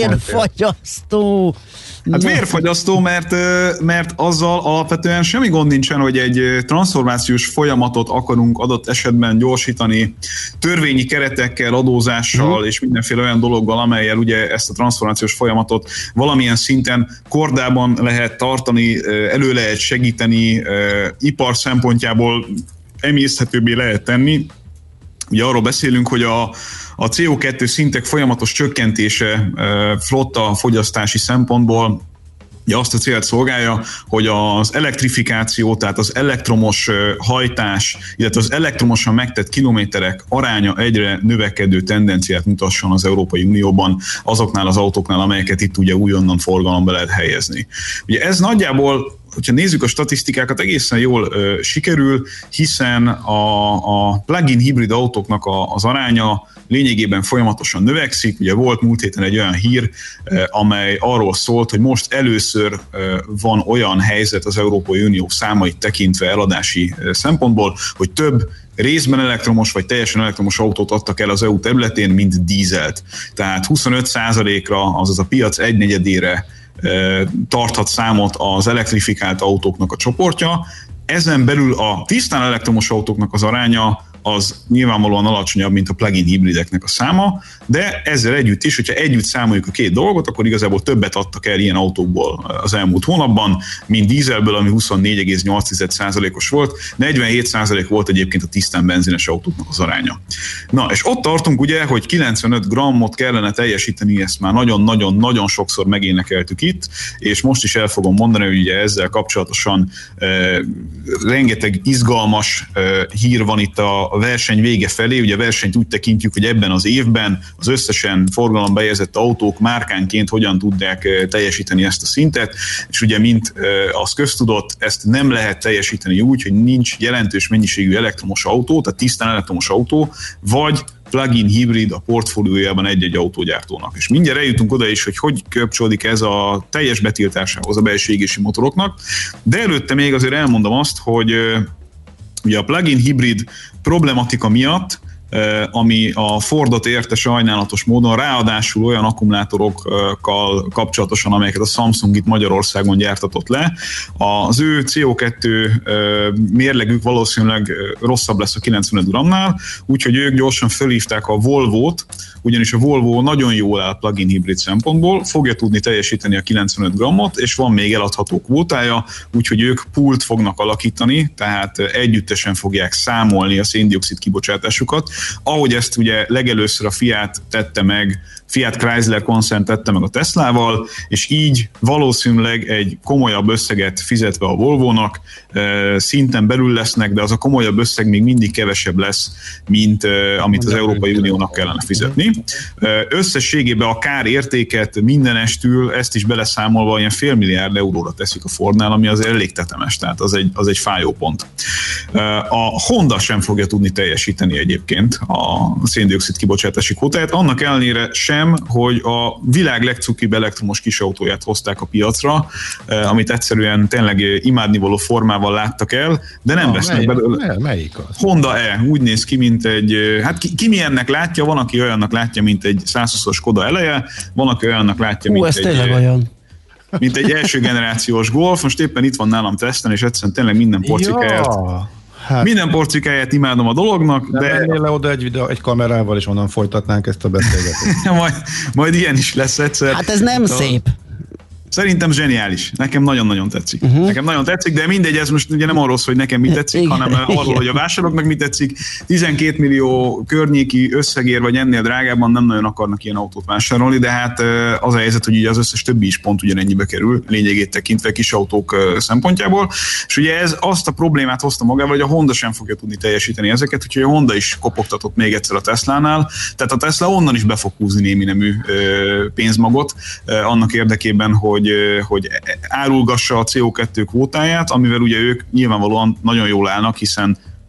vérfagyasztó! Hát vérfagyasztó, mert, mert azzal alapvetően semmi gond nincsen, hogy egy transformációs folyamatot akarunk adott esetben gyorsítani törvényi keretekkel, adózással mm. és mindenféle olyan dologgal, amellyel ugye ezt a transformációs folyamatot valamilyen szinten kordában lehet tartani, elő lehet segíteni, ipar szempontjából emészthetőbbé lehet tenni. Ugye arról beszélünk, hogy a, a cé o kettő szintek folyamatos csökkentése flotta fogyasztási szempontból ugye azt a célt szolgálja, hogy az elektrifikáció, tehát az elektromos hajtás, illetve az elektromosan megtett kilométerek aránya egyre növekedő tendenciát mutasson az Európai Unióban azoknál az autóknál, amelyeket itt ugye újonnan forgalomba lehet helyezni. Ugye ez nagyjából, hogyha nézzük a statisztikákat, egészen jól ö, sikerül, hiszen a, a plug-in hibrid autóknak a, az aránya lényegében folyamatosan növekszik. Ugye volt múlt héten egy olyan hír, ö, amely arról szólt, hogy most először ö, van olyan helyzet az Európai Unió számait tekintve eladási ö, szempontból, hogy több részben elektromos vagy teljesen elektromos autót adtak el az é u területén, mint dízelt. Tehát huszonöt százalékra, azaz a piac egynegyedére tarthat számot az elektrifikált autóknak a csoportja. Ezen belül a tisztán elektromos autóknak az aránya az nyilvánvalóan alacsonyabb, mint a plug-in hibrideknek a száma, de ezzel együtt is, hogyha együtt számoljuk a két dolgot, akkor igazából többet adtak el ilyen autókból az elmúlt hónapban, mint dízelből, ami huszonnégy egész nyolc százalékos volt, negyvenhét százalék volt egyébként a tisztán benzines autóknak az aránya. Na, és ott tartunk ugye, hogy kilencvenöt grammot kellene teljesíteni, ezt már nagyon-nagyon-nagyon sokszor megénekeltük itt, és most is el fogom mondani, hogy ugye ezzel kapcsolatosan eh, rengeteg izgalmas eh, hír van itt a a verseny vége felé. Ugye a versenyt úgy tekintjük, hogy ebben az évben az összesen forgalomba helyezett autók márkánként hogyan tudják teljesíteni ezt a szintet, és ugye mint az köztudott, ezt nem lehet teljesíteni úgy, hogy nincs jelentős mennyiségű elektromos autó, tehát tisztán elektromos autó, vagy plug-in hibrid a portfóliójában egy-egy autógyártónak. És mindjárt eljutunk oda is, hogy hogy kapcsolódik ez a teljes betiltásához a belső égési motoroknak, de előtte még azért elmondom azt, hogy ugye a plug-in hibrid problematika miatt, ami a Fordot érte sajnálatos módon, ráadásul olyan akkumulátorokkal kapcsolatosan, amelyeket a Samsung itt Magyarországon gyártatott le. Az ő cé o kettő mérlegük valószínűleg rosszabb lesz a kilencvenöt grammnál, úgyhogy ők gyorsan fölhívták a Volvót, ugyanis a Volvo nagyon jól áll plug-in hibrid szempontból, fogja tudni teljesíteni a kilencvenöt grammot, és van még eladható kvótája, úgyhogy ők pult fognak alakítani, tehát együttesen fogják számolni a szén-dioxid kibocsátásukat, ahogy ezt ugye legelőször a Fiat tette meg, Fiat Chrysler koncern tette meg a Teslával, és így valószínűleg egy komolyabb összeget fizetve a Volvónak szinten belül lesznek, de az a komolyabb összeg még mindig kevesebb lesz, mint amit az Európai Uniónak kellene fizetni. Összességében a kár értéket mindenestül, ezt is beleszámolva, ilyen fél milliárd euróra teszik a Fordnál, ami az elég tetemes, tehát az egy, az egy fájó pont. A Honda sem fogja tudni teljesíteni egyébként a szén-dioxid kibocsátási kvótáját, annak ellenére sem, hogy a világ legcukibb elektromos kisautóját hozták a piacra, amit egyszerűen tényleg imádnivaló formával láttak el, de nem Na, vesznek mely, belőle. Melyik az? Honda E, úgy néz ki, mint egy, hát ki, ki milyennek látja, van, aki olyannak látja, mint egy százhúszas Skoda eleje, van, aki olyannak látja, Hú, mint ez egy... tényleg olyan. mint egy első generációs Golf, most éppen itt van nálam teszten, és egyszerűen tényleg minden porcikáját, ja, hát. minden porcikáját imádom a dolognak, nem de... mennél le oda egy, videó, egy kamerával, és onnan folytatnánk ezt a beszélgetést. majd, majd ilyen is lesz egyszer. Hát ez nem a... szép. Szerintem zseniális. Nekem nagyon-nagyon tetszik. Uh-huh. Nekem nagyon tetszik, de mindegy, ez most ugye nem arról szól, hogy nekem mi tetszik, igen, hanem arról, igen. hogy a vásárlóknak mi tetszik. tizenkét millió környéki összegér, vagy ennél drágábban nem nagyon akarnak ilyen autót vásárolni, de hát az a helyzet, hogy ugye az összes többi is pont ugyanennyibe kerül, lényegét tekintve kis autók szempontjából. És ugye ez azt a problémát hozta magával, hogy a Honda sem fogja tudni teljesíteni ezeket, úgyhogy a Honda is kopogtatott még egyszer a Teslánál. Tehát a Tesla onnan is be fog húzni némi nemű pénzmagot annak érdekében, hogy Hogy, hogy árulgassa a cé o kettő kvótáját, amivel ugye ők nyilvánvalóan nagyon jól állnak, hiszen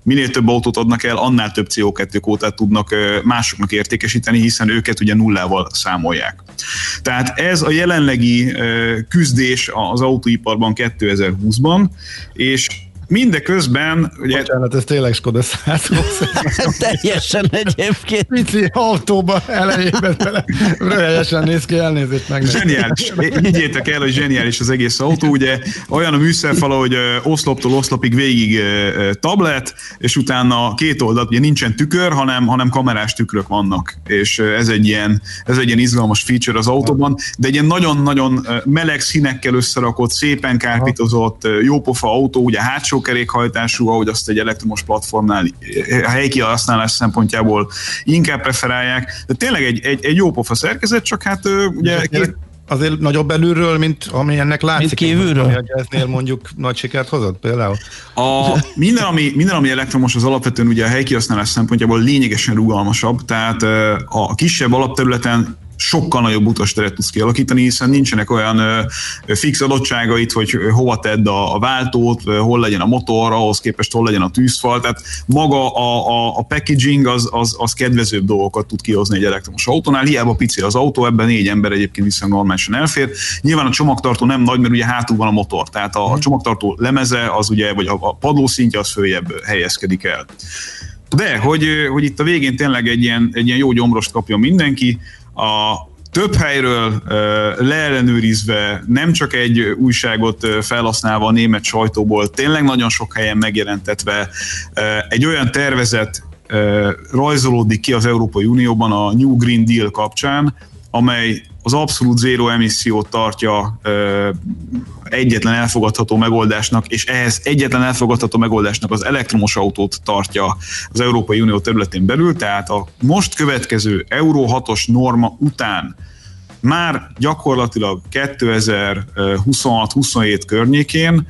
minél több autót adnak el, annál több cé o kettő kvótát tudnak másoknak értékesíteni, hiszen őket ugye nullával számolják. Tehát ez a jelenlegi küzdés az autóiparban kétezer-húszban, és mindeközben... Ugye... Bocsánat, ez tényleg Skoda százhúsz. Teljesen egyébként. Pici autóba elejében vele röhelyesen néz ki, elnézést meg. Zseniális. Higgyétek el, hogy zseniális az egész autó. Ugye olyan a műszerfala, hogy oszloptól oszlopig végig tablet, és utána két oldalt, ugye nincsen tükör, hanem, hanem kamerás tükrök vannak. És ez egy ilyen, ez egy ilyen izgalmas feature az autóban, de egy ilyen nagyon-nagyon meleg színekkel összerakott, szépen kárpitozott, jópofa autó, ugye hátsó kerékhajtású, ahogy azt egy elektromos platformnál a helyi kihasználás szempontjából inkább preferálják. De tényleg egy, egy, egy jó pofa szerkezet, csak hát ugye... Két... Azért nagyobb belülről, mint ami ennek látszik. Mint kívülről? Ami a Jazznél mondjuk nagy sikert hozott például? A, minden, ami, minden, ami elektromos, az alapvetően ugye a helyi kihasználás szempontjából lényegesen rugalmasabb, tehát a kisebb alapterületen sokkal nagyobb utasteret tudsz kialakítani, hiszen nincsenek olyan ö, fix adottságait, hogy hova tedd a, a váltót, hol legyen a motor, ahhoz képest hol legyen a tűzfal, tehát maga a, a, a packaging az, az, az kedvezőbb dolgokat tud kihozni egy elektromos autónál, hiába pici az autó, ebben négy ember egyébként viszonylag normálisan elfér. Nyilván a csomagtartó nem nagy, mert ugye hátul van a motor, tehát a, a csomagtartó lemeze, az ugye, vagy a, a padlószintje az följebb helyezkedik el. De, hogy, hogy itt a végén tényleg egy ilyen, egy ilyen jó gyomrost kapjon mindenki, a több helyről leellenőrizve, nem csak egy újságot felhasználva a német sajtóból, tényleg nagyon sok helyen megjelentetve egy olyan tervezet rajzolódik ki az Európai Unióban a New Green Deal kapcsán, amely az abszolút zéró emissziót tartja ö, egyetlen elfogadható megoldásnak, és ehhez egyetlen elfogadható megoldásnak az elektromos autót tartja az Európai Unió területén belül, tehát a most következő Euro hatos norma után már gyakorlatilag kétezer-huszonhat huszonhét környékén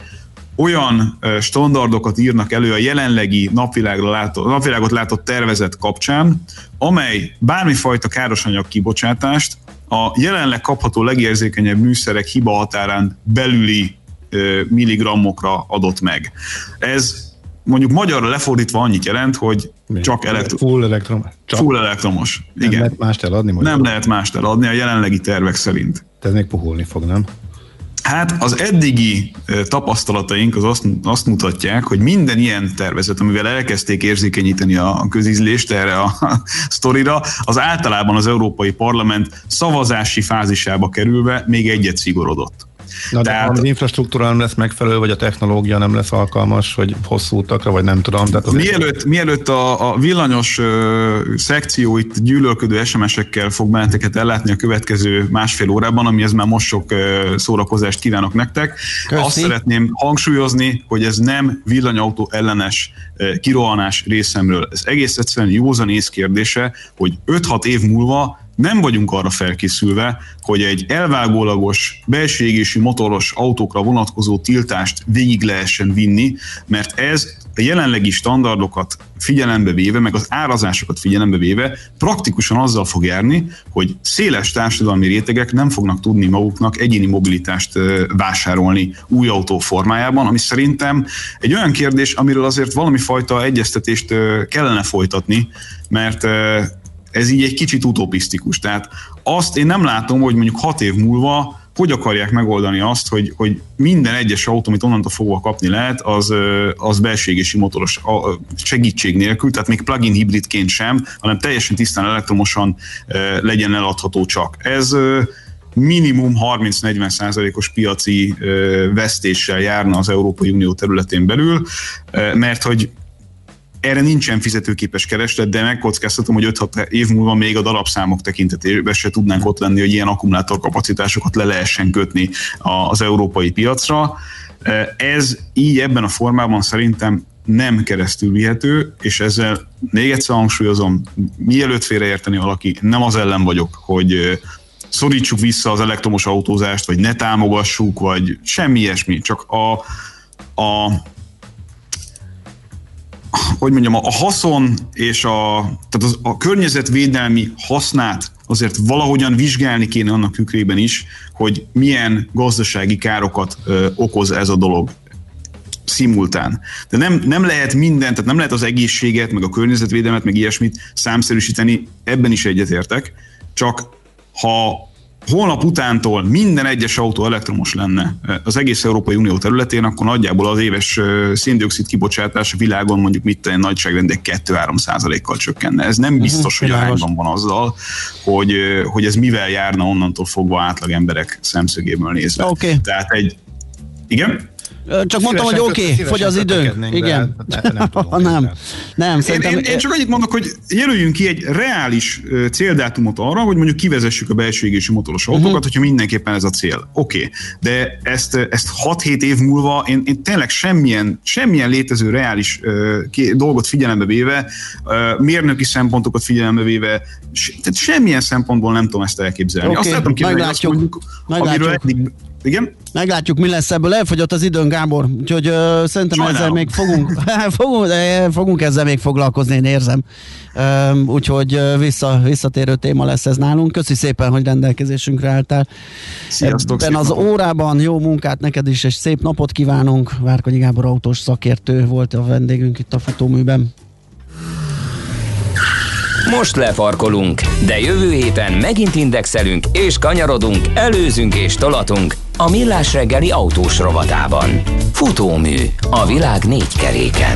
olyan standardokat írnak elő a jelenlegi napvilágra látott, napvilágot látott tervezet kapcsán, amely bármifajta károsanyag kibocsátást a jelenleg kapható legérzékenyebb műszerek hiba határán belüli ö, milligrammokra adott meg. Ez mondjuk magyarra lefordítva annyit jelent, hogy Mi? csak elektro- full elektromos. Csak. Full elektromos. Nem Igen. lehet mást eladni? Magyarul? Nem lehet mást eladni a jelenlegi tervek szerint. Ez még puhulni fog, nem? Hát az eddigi tapasztalataink az azt, azt mutatják, hogy minden ilyen tervezet, amivel elkezdték érzékenyíteni a közízlést erre a sztorira, az általában az Európai Parlament szavazási fázisába kerülve még egyet szigorodott. Na, de Tehát, az infrastruktúra nem lesz megfelelő, vagy a technológia nem lesz alkalmas, hogy hosszú utakra, vagy nem tudom. Tehát mielőtt, mielőtt a, a villanyos ö, szekció itt gyűlölködő es em es-ekkel fog benneteket ellátni a következő másfél órában, amihez már most sok ö, szórakozást kívánok nektek. Köszi. Azt szeretném hangsúlyozni, hogy ez nem villanyautó ellenes ö, kirohanás részemről. Ez egész egyszerűen józanész kérdése, hogy öt-hat év múlva nem vagyunk arra felkészülve, hogy egy elvágólagos, belső égésű motoros autókra vonatkozó tiltást végig lehessen vinni, mert ez a jelenlegi standardokat figyelembe véve, meg az árazásokat figyelembe véve praktikusan azzal fog járni, hogy széles társadalmi rétegek nem fognak tudni maguknak egyéni mobilitást vásárolni új autó formájában, ami szerintem egy olyan kérdés, amiről azért valami fajta egyeztetést kellene folytatni, mert ez így egy kicsit utopisztikus. Tehát azt én nem látom, hogy mondjuk hat év múlva hogy akarják megoldani azt, hogy, hogy minden egyes autó, amit onnantól fogva kapni lehet, az, az belső égési motoros segítség nélkül, tehát még plug-in hibridként sem, hanem teljesen tisztán elektromosan legyen eladható csak. Ez minimum harminc-negyven százalékos piaci vesztéssel járna az Európai Unió területén belül, mert hogy erre nincsen fizetőképes kereslet, de megkockáztatom, hogy öt-hat év múlva még a darabszámok tekintetében se tudnánk ott lenni, hogy ilyen akkumulátorkapacitásokat le lehessen kötni az európai piacra. Ez így ebben a formában szerintem nem keresztül vihető, és ezzel még egyszer hangsúlyozom, mielőtt félreérteni valaki, nem az ellen vagyok, hogy szorítsuk vissza az elektromos autózást, vagy ne támogassuk, vagy semmi ilyesmi, csak a, a hogy mondjam, a haszon és a, tehát az, a környezetvédelmi hasznát azért valahogyan vizsgálni kéne annak tükrében is, hogy milyen gazdasági károkat ö, okoz ez a dolog. szimultán. De nem, nem lehet mindent, tehát nem lehet az egészséget, meg a környezetvédelmet, meg ilyesmit számszerűsíteni, ebben is egyetértek, csak ha holnap utántól minden egyes autó elektromos lenne az egész Európai Unió területén, akkor nagyjából az éves szén-dioxid kibocsátás a világon mondjuk mit tenni nagyságrendek kettő-három százalékkal csökkenne. Ez nem biztos, hogy arányban van azzal, hogy, hogy ez mivel járna onnantól fogva átlag emberek szemszögéből nézve. Okay. Tehát egy... Igen? Csak mondtam, hogy oké, okay, fogy az időnk. Igen. De, de nem, tudom, nem. nem én, én, én csak annyit mondok, hogy jelöljünk ki egy reális céldátumot arra, hogy mondjuk kivezessük a belső égésű motoros autókat, uh-huh. hogyha mindenképpen ez a cél. Oké, okay. De ezt, ezt hat-hét év múlva én, én tényleg semmilyen, semmilyen létező reális uh, dolgot figyelembe véve, uh, mérnöki szempontokat figyelembe véve, se, tehát semmilyen szempontból nem tudom ezt elképzelni. Okay. Azt látom képzelni, hogy azt mondjuk, amiről eddig... Igen? Meglátjuk, mi lesz ebből. Elfogyott az időn, Gábor, úgyhogy uh, szerintem Sajnálom. ezzel még fogunk, fogunk, fogunk ezzel még foglalkozni, én érzem. Uh, úgyhogy uh, vissza, visszatérő téma lesz ez nálunk. Köszi szépen, hogy rendelkezésünkre álltál. Sziasztok, ebben az napot. Órában jó munkát neked is, és szép napot kívánunk. Várkonyi Gábor autós szakértő volt a vendégünk itt a futóműben. Most lefarkolunk, de jövő héten megint indexelünk és kanyarodunk, előzünk és tolatunk a Millás reggeli autós rovatában. Futómű a világ négy keréken.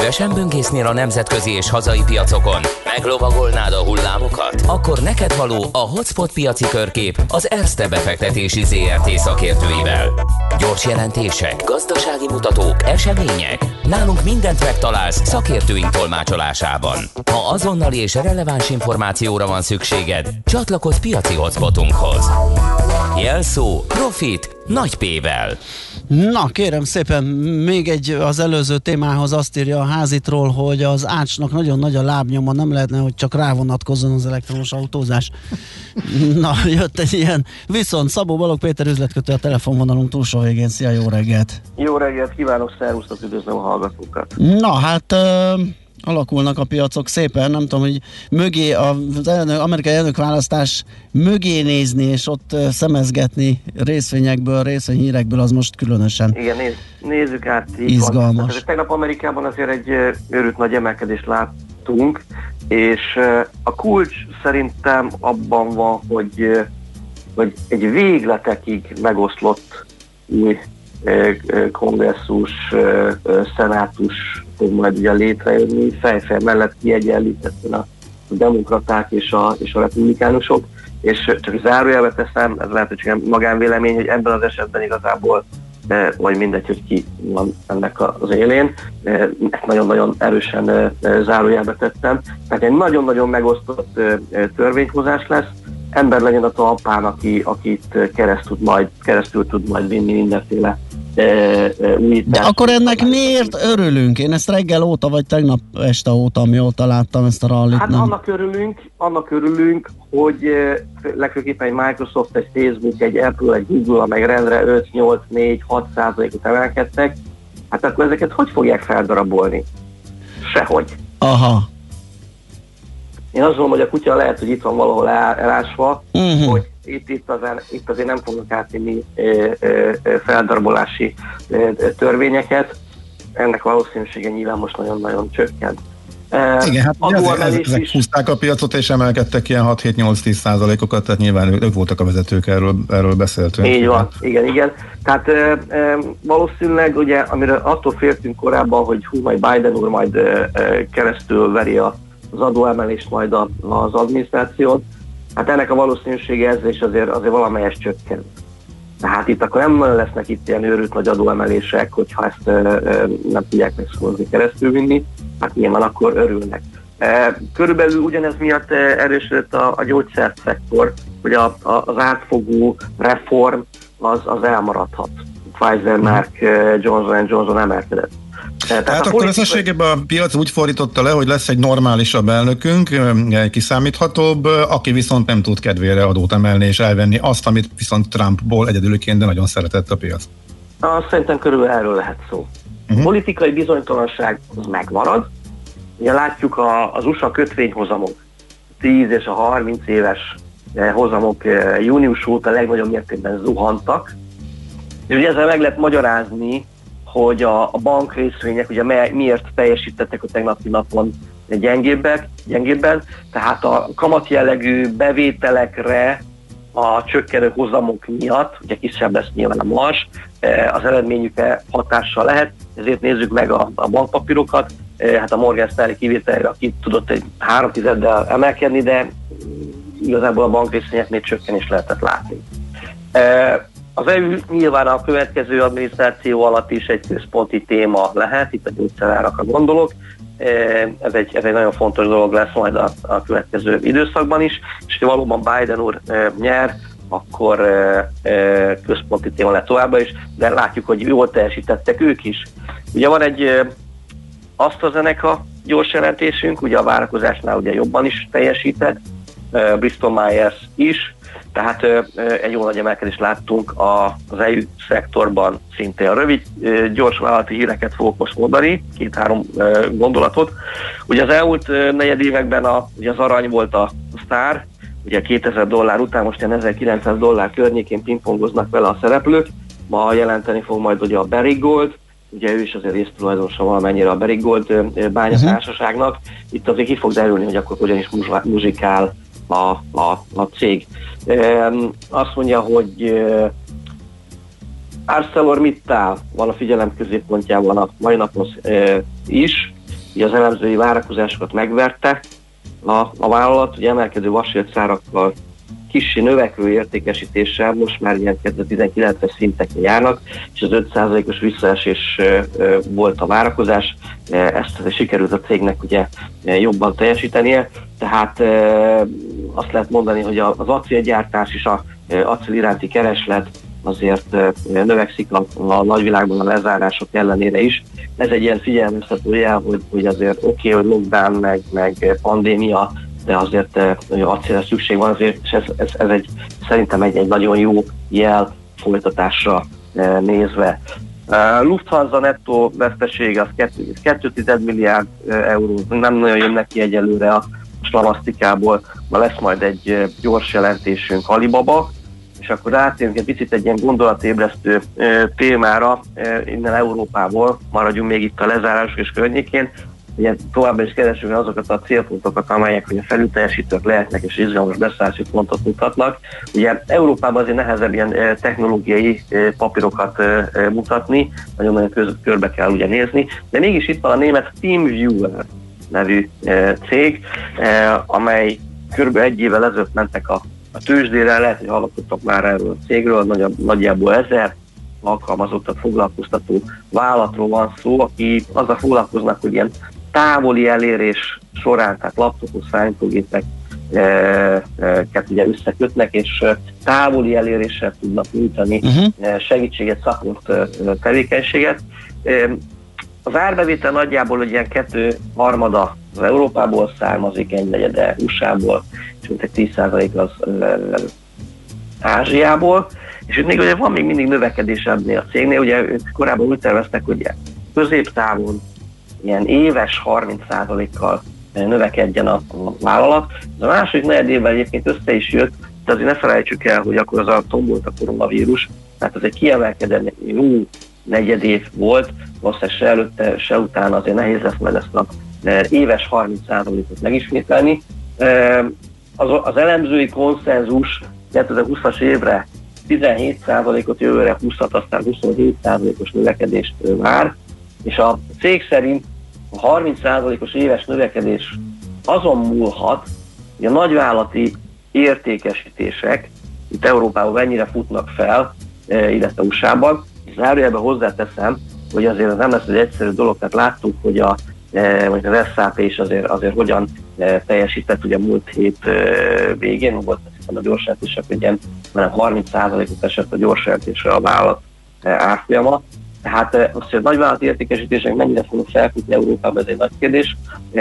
Szívesen böngésznél a nemzetközi és hazai piacokon? Meglovagolnád a hullámokat? Akkor neked való a Hotspot piaci körkép az Erste befektetési zé er té szakértőivel. Gyors jelentések, gazdasági mutatók, események. Nálunk mindent megtalálsz szakértőink tolmácsolásában. Ha azonnali és releváns információra van szükséged, csatlakozz piaci hotspotunkhoz. Jelszó Profit nagy P-vel. Na, kérem szépen, még egy az előző témához azt írja a Házitról, hogy az Ácsnak nagyon nagy a lábnyoma, nem lehetne, hogy csak rávonatkozzon az elektromos autózás. Na, jött egy ilyen. Viszont Szabó Balogh Péter üzletkötő a telefonvonalunk túlsó végén. Szia, jó reggelt! Jó reggelt kívánok, szervusztok, üdvözlöm a hallgatókat! Na, hát... Uh... alakulnak a piacok szépen, nem tudom, hogy mögé, az elnök, amerikai elnökválasztás mögé nézni, és ott szemezgetni részvényekből, részvényhírekből, az most különösen igen, néz, nézzük át. Izgalmas. Hát, tegnap Amerikában azért egy őrült nagy emelkedést láttunk, és a kulcs szerintem abban van, hogy, hogy egy végletekig megoszlott új kongresszus, szenátus fog majd ugye létrejönni, fejfej mellett kiegyenlítetten a demokraták és a, és a republikánusok, és csak zárójelbe teszem, ez lehet, hogy csak magánvélemény, hogy ebben az esetben igazából vagy mindegy, hogy ki van ennek az élén. Ezt nagyon-nagyon erősen zárójelbe tettem. Tehát egy nagyon-nagyon megosztott törvényhozás lesz. Ember legyen a talpán, aki, akit keresztül, majd, keresztül tud majd vinni mindenféle De akkor ennek miért örülünk? Én ezt reggel óta, vagy tegnap este óta, amióta láttam ezt a rallit. Hát nem. annak örülünk, annak örülünk, hogy legfőképpen egy Microsoft, egy Facebook, egy Apple, egy Google, meg rendre öt, nyolc, négy, hat százalékot emelkedtek. Hát akkor ezeket hogy fogják feldarabolni? Sehogy. Aha. Én azt mondom, hogy a kutya lehet, hogy itt van valahol elásva, uh-huh. hogy itt, itt, azért, itt azért nem fognak átvinni feldarabolási törvényeket. Ennek valószínűsége nyilván most nagyon-nagyon csökkent. Igen, hát ezek, ezek húzták a piacot és emelkedtek ilyen hat-hét-nyolc-tíz százalékokat, tehát nyilván ők voltak a vezetők, erről, erről beszéltünk. Így van, igen, igen. Tehát e, e, valószínűleg ugye, amiről attól féltünk korábban, hogy hú, majd Biden úr majd e, e, keresztül veri a az adóemelést majd a, az adminisztrációt, hát ennek a valószínűsége ezzel is azért, azért valamelyes csökkent. Tehát itt akkor nem lesznek itt ilyen őrült nagy adóemelések, hogyha ezt e, e, nem tudják megszózni keresztül vinni, hát nyilván akkor örülnek. E, körülbelül ugyanez miatt erősödött a, a gyógyszerszektor, hogy a, a, az átfogó reform az, az elmaradhat. Pfizer, Merck, Johnson and Johnson emelkedett. Tehát, Tehát akkor politikai... összességében a piac úgy fordította le, hogy lesz egy normálisabb elnökünk, egy kiszámíthatóbb, aki viszont nem tud kedvére adót emelni és elvenni azt, amit viszont Trumpból egyedülként, de nagyon szeretett a piac. Azt szerintem körülbelül erről lehet szó. Uh-huh. A politikai bizonytalanság az megmarad. Ugye látjuk a, az u es á kötvényhozamok, tíz és a harminc éves hozamok június óta legnagyobb mértékben zuhantak. És ugye ezzel meg lehet magyarázni, hogy a, a bankrészvények ugye miért teljesítettek a tegnapi napon gyengébbek, gyengébben, tehát a kamatjellegű bevételekre a csökkenő hozamok miatt, ugye kisebb lesz nyilván a mars, az eredményükre hatással lehet, ezért nézzük meg a, a bankpapírokat, hát a Morgan Stanley kivételre, aki tudott egy három tizeddel emelkedni, de igazából a bankrészvényeknél csökkenést lehetett látni. Az é u nyilván a következő adminisztráció alatt is egy központi téma lehet, itt a gyógyszerárakra gondolok. Ez egy, ez egy nagyon fontos dolog lesz majd a, a következő időszakban is, és ha valóban Biden úr e, nyer, akkor e, e, központi téma lett továbbra is, de látjuk, hogy jól teljesítettek ők is. Ugye van egy e, AstraZeneca gyors jelentésünk, ugye a várakozásnál ugye jobban is teljesített, e, Bristol Myers is, tehát egy jó nagy emelkedést láttunk az é u szektorban szintén. Rövid, gyors vállalati híreket fogok most mondani, két-három gondolatot. Ugye az elmúlt negyed években a, ugye az arany volt a sztár, ugye kétezer dollár után most ilyen ezerkilencszáz dollár környékén pingpongoznak vele a szereplők. Ma jelenteni fog majd ugye a Barrick Gold, ugye ő is azért résztulajdonosa valamennyire a Barrick Gold bányatársaságnak. Itt azért ki fog derülni, hogy akkor hogyan is muzsikál a, a, a cég. E, azt mondja, hogy e, ArcelorMittal van a figyelem középpontjában a mai napon e, is. ugye az elemzői várakozásokat megverte a, a vállalat, ugye emelkedő vasércárakkal, kissé növekvő értékesítéssel most már ilyen kétezer-tizenkilences szinteken járnak, és az öt százalékos visszaesés volt a várakozás, ezt sikerült a cégnek ugye jobban teljesítenie, tehát azt lehet mondani, hogy az acélgyártás és az acél iránti kereslet azért növekszik a, a nagyvilágban a lezárások ellenére is. Ez egy ilyen figyelmeztető jel, hogy, hogy azért oké, okay, hogy lockdown, meg, meg pandémia, de azért acélra szükség van, azért, és ez, ez, ez egy, szerintem egy, egy nagyon jó jel folytatásra nézve. Lufthansa nettó vesztesége az kettő egész kettő milliárd euró, nem nagyon jön neki egyelőre a slamasztikából, ma lesz majd egy gyors jelentésünk Alibaba, és akkor rátérünk egy picit egy ilyen gondolatébresztő témára, innen Európából, maradjunk még itt a lezárások és környékén. Ugye továbbá is keresünk azokat a célpontokat, amelyek ugye felülteljesítők lehetnek és izgalmas beszállási pontot mutatnak. Ugye Európában azért nehezebb ilyen technológiai papírokat mutatni, nagyon-nagyon között körbe kell ugye nézni, de mégis itt van a német TeamViewer nevű cég, amely kb. egy évvel ezelőtt mentek a, a tőzsdére, lehet, hogy hallottak már erről a cégről, nagyobb, nagyjából ezer alkalmazottat foglalkoztató vállalatról van szó, aki azzal foglalkoznak, hogy ilyen távoli elérés során, tehát laptopos számítógépeket ugye összekötnek, és távoli eléréssel tudnak nyújtani uh-huh. segítséget, support tevékenységet. Az árbevétel nagyjából egy ilyen kettő harmada az Európából származik, egy negyede u es á-ból, és mintegy tíz százalék az Ázsiából, és itt még ugye van még mindig növekedés ebben a cégnél, ugye ők korábban úgy terveztek, hogy középtávon ilyen éves harminc százalékkal növekedjen a, a vállalat. De a második negyed évben egyébként össze is jött, de azért ne felejtsük el, hogy akkor az a tombolt a koronavírus, tehát ez egy kiemelkedő jó negyed év volt, valószínűleg se előtte, se utána azért nehéz lesz majd ezt az éves harminc százalékot megismételni. Az, az elemzői konszenzus kétezer-húszas évre tizenhét százalékot, jövőre húszat, aztán huszonhét százalékos növekedést vár, és a cég szerint a harminc százalékos éves növekedés azon múlhat, hogy a nagyvállalati értékesítések itt Európában mennyire futnak fel, illetve u es á-ban. Zárójelben hozzáteszem, hogy azért ez nem lesz egy egyszerű dolog, tehát láttuk, hogy a, az es á pé is azért, azért hogyan teljesített, ugye múlt hét végén, volt a gyorsjelentések, hogy ilyen harminc százalékot esett a gyorsjelentésre a vállalat árfolyama. Tehát az, hogy a nagyvállalati értékesítések mennyire fognak felfutni Európában, ez egy nagy kérdés.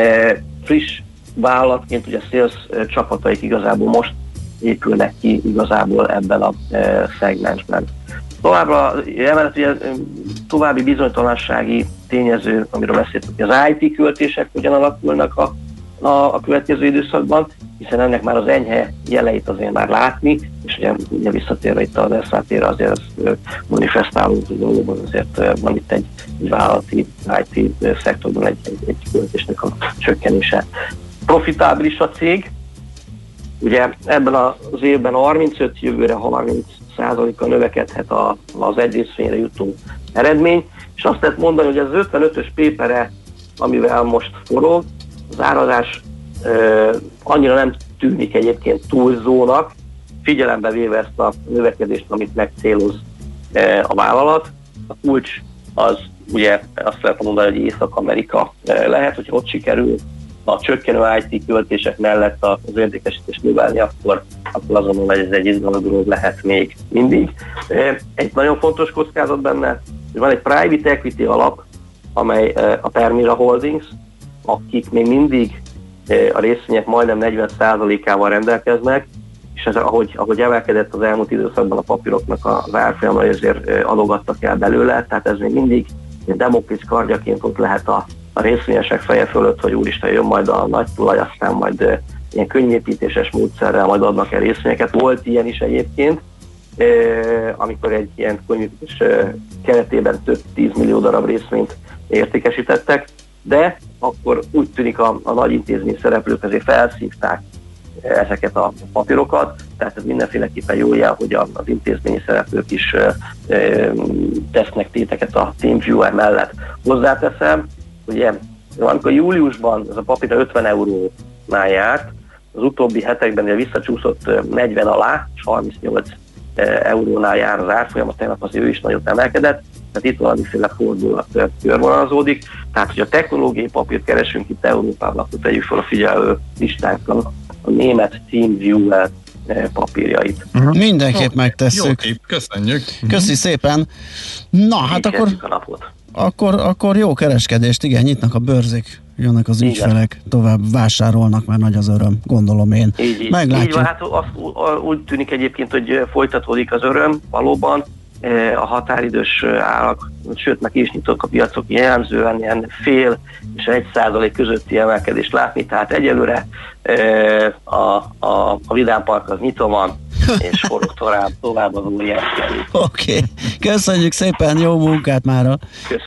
Friss vállalatként ugye a sales csapataik igazából most épülnek ki igazából ebben a szegmensben. Továbbra, emellett ugye további bizonytalansági tényező, amiről beszéltük, hogy az i té költések hogyan alakulnak a, a, a következő időszakban, hiszen ennek már az enyhe jeleit azért már látni, és ugye, ugye visszatérve itt az es á té-re azért az manifestálódott, hogy valóban azért van itt egy, egy vállalati i té szektorban egy, egy, egy költésnek a csökkenése. Profitábilis a cég, ugye ebben az évben harmincöt, jövőre harminc százalékkal növekedhet a, az egy részvényre jutó eredmény, és azt lehet mondani, hogy az ötvenötös pépere, amivel most forog, az árazás ö, annyira nem tűnik egyébként túlzónak, figyelembe véve ezt a növekedést, amit megcéloz ö, a vállalat. A kulcs az ugye azt lehet mondani, hogy Észak-Amerika ö, lehet, hogyha ott sikerül a csökkenő i té költések mellett az értékesítést növelni, akkor, akkor azon, hogy ez egy izgalmas dolog lehet még mindig. Egy nagyon fontos kockázat benne, hogy van egy private equity alap, amely a Permira Holdings, akik még mindig a részvények majdnem negyven százalékával rendelkeznek, és ez, ahogy, ahogy emelkedett az elmúlt időszakban a papíroknak az árfolyama, ezért adogattak el belőle, tehát ez még mindig Damoklész kardjaként ott lehet a a részvényesek feje fölött, hogy úristen, jön majd a nagy tulaj, aztán majd uh, ilyen könnyépítéses módszerrel majd adnak el részvényeket. Volt ilyen is egyébként, uh, amikor egy ilyen könnyépítés uh, keretében több tízmillió darab részvényt értékesítettek, de akkor úgy tűnik a, a nagy intézmény szereplők azért felszívták uh, ezeket a papírokat, tehát ez mindenféleképpen jó jel, hogy a, az intézményi szereplők is uh, uh, tesznek téteket a TeamViewer mellett. Hozzáteszem, ugye Amikor júliusban ez a papír ötven eurónál járt, az utóbbi hetekben visszacsúszott negyven alá, és harmincnyolc eurónál jár az árfolyam, tegnap az ő is nagyot emelkedett, tehát itt valamiféle fordulat körvonalazódik. Tehát, hogy a technológiai papírt keresünk itt Európában, akkor tegyük fel a figyelő listánkon a német TeamViewer papírjait. Uh-huh. Mindenképp oh, megtesszük. Jó, köszönjük. Köszi szépen. Na, hát akkor, akkor, akkor jó kereskedést, igen, nyitnak a bőrzik, jönnek az ügyfelek, tovább vásárolnak, mert nagy az öröm, gondolom én. Így, így. Meglátjuk. Így van, hát az, úgy tűnik egyébként, hogy folytatódik az öröm, valóban a határidős árak, sőt meg is nyitok a piacok, jellemzően ilyen fél és egy százalék közötti emelkedést látni, tehát egyelőre a, a, a Vidám Park az nyitva van, és forog tovább, tovább az óriás. Oké, okay. Köszönjük szépen, jó munkát mára! Köszönjük.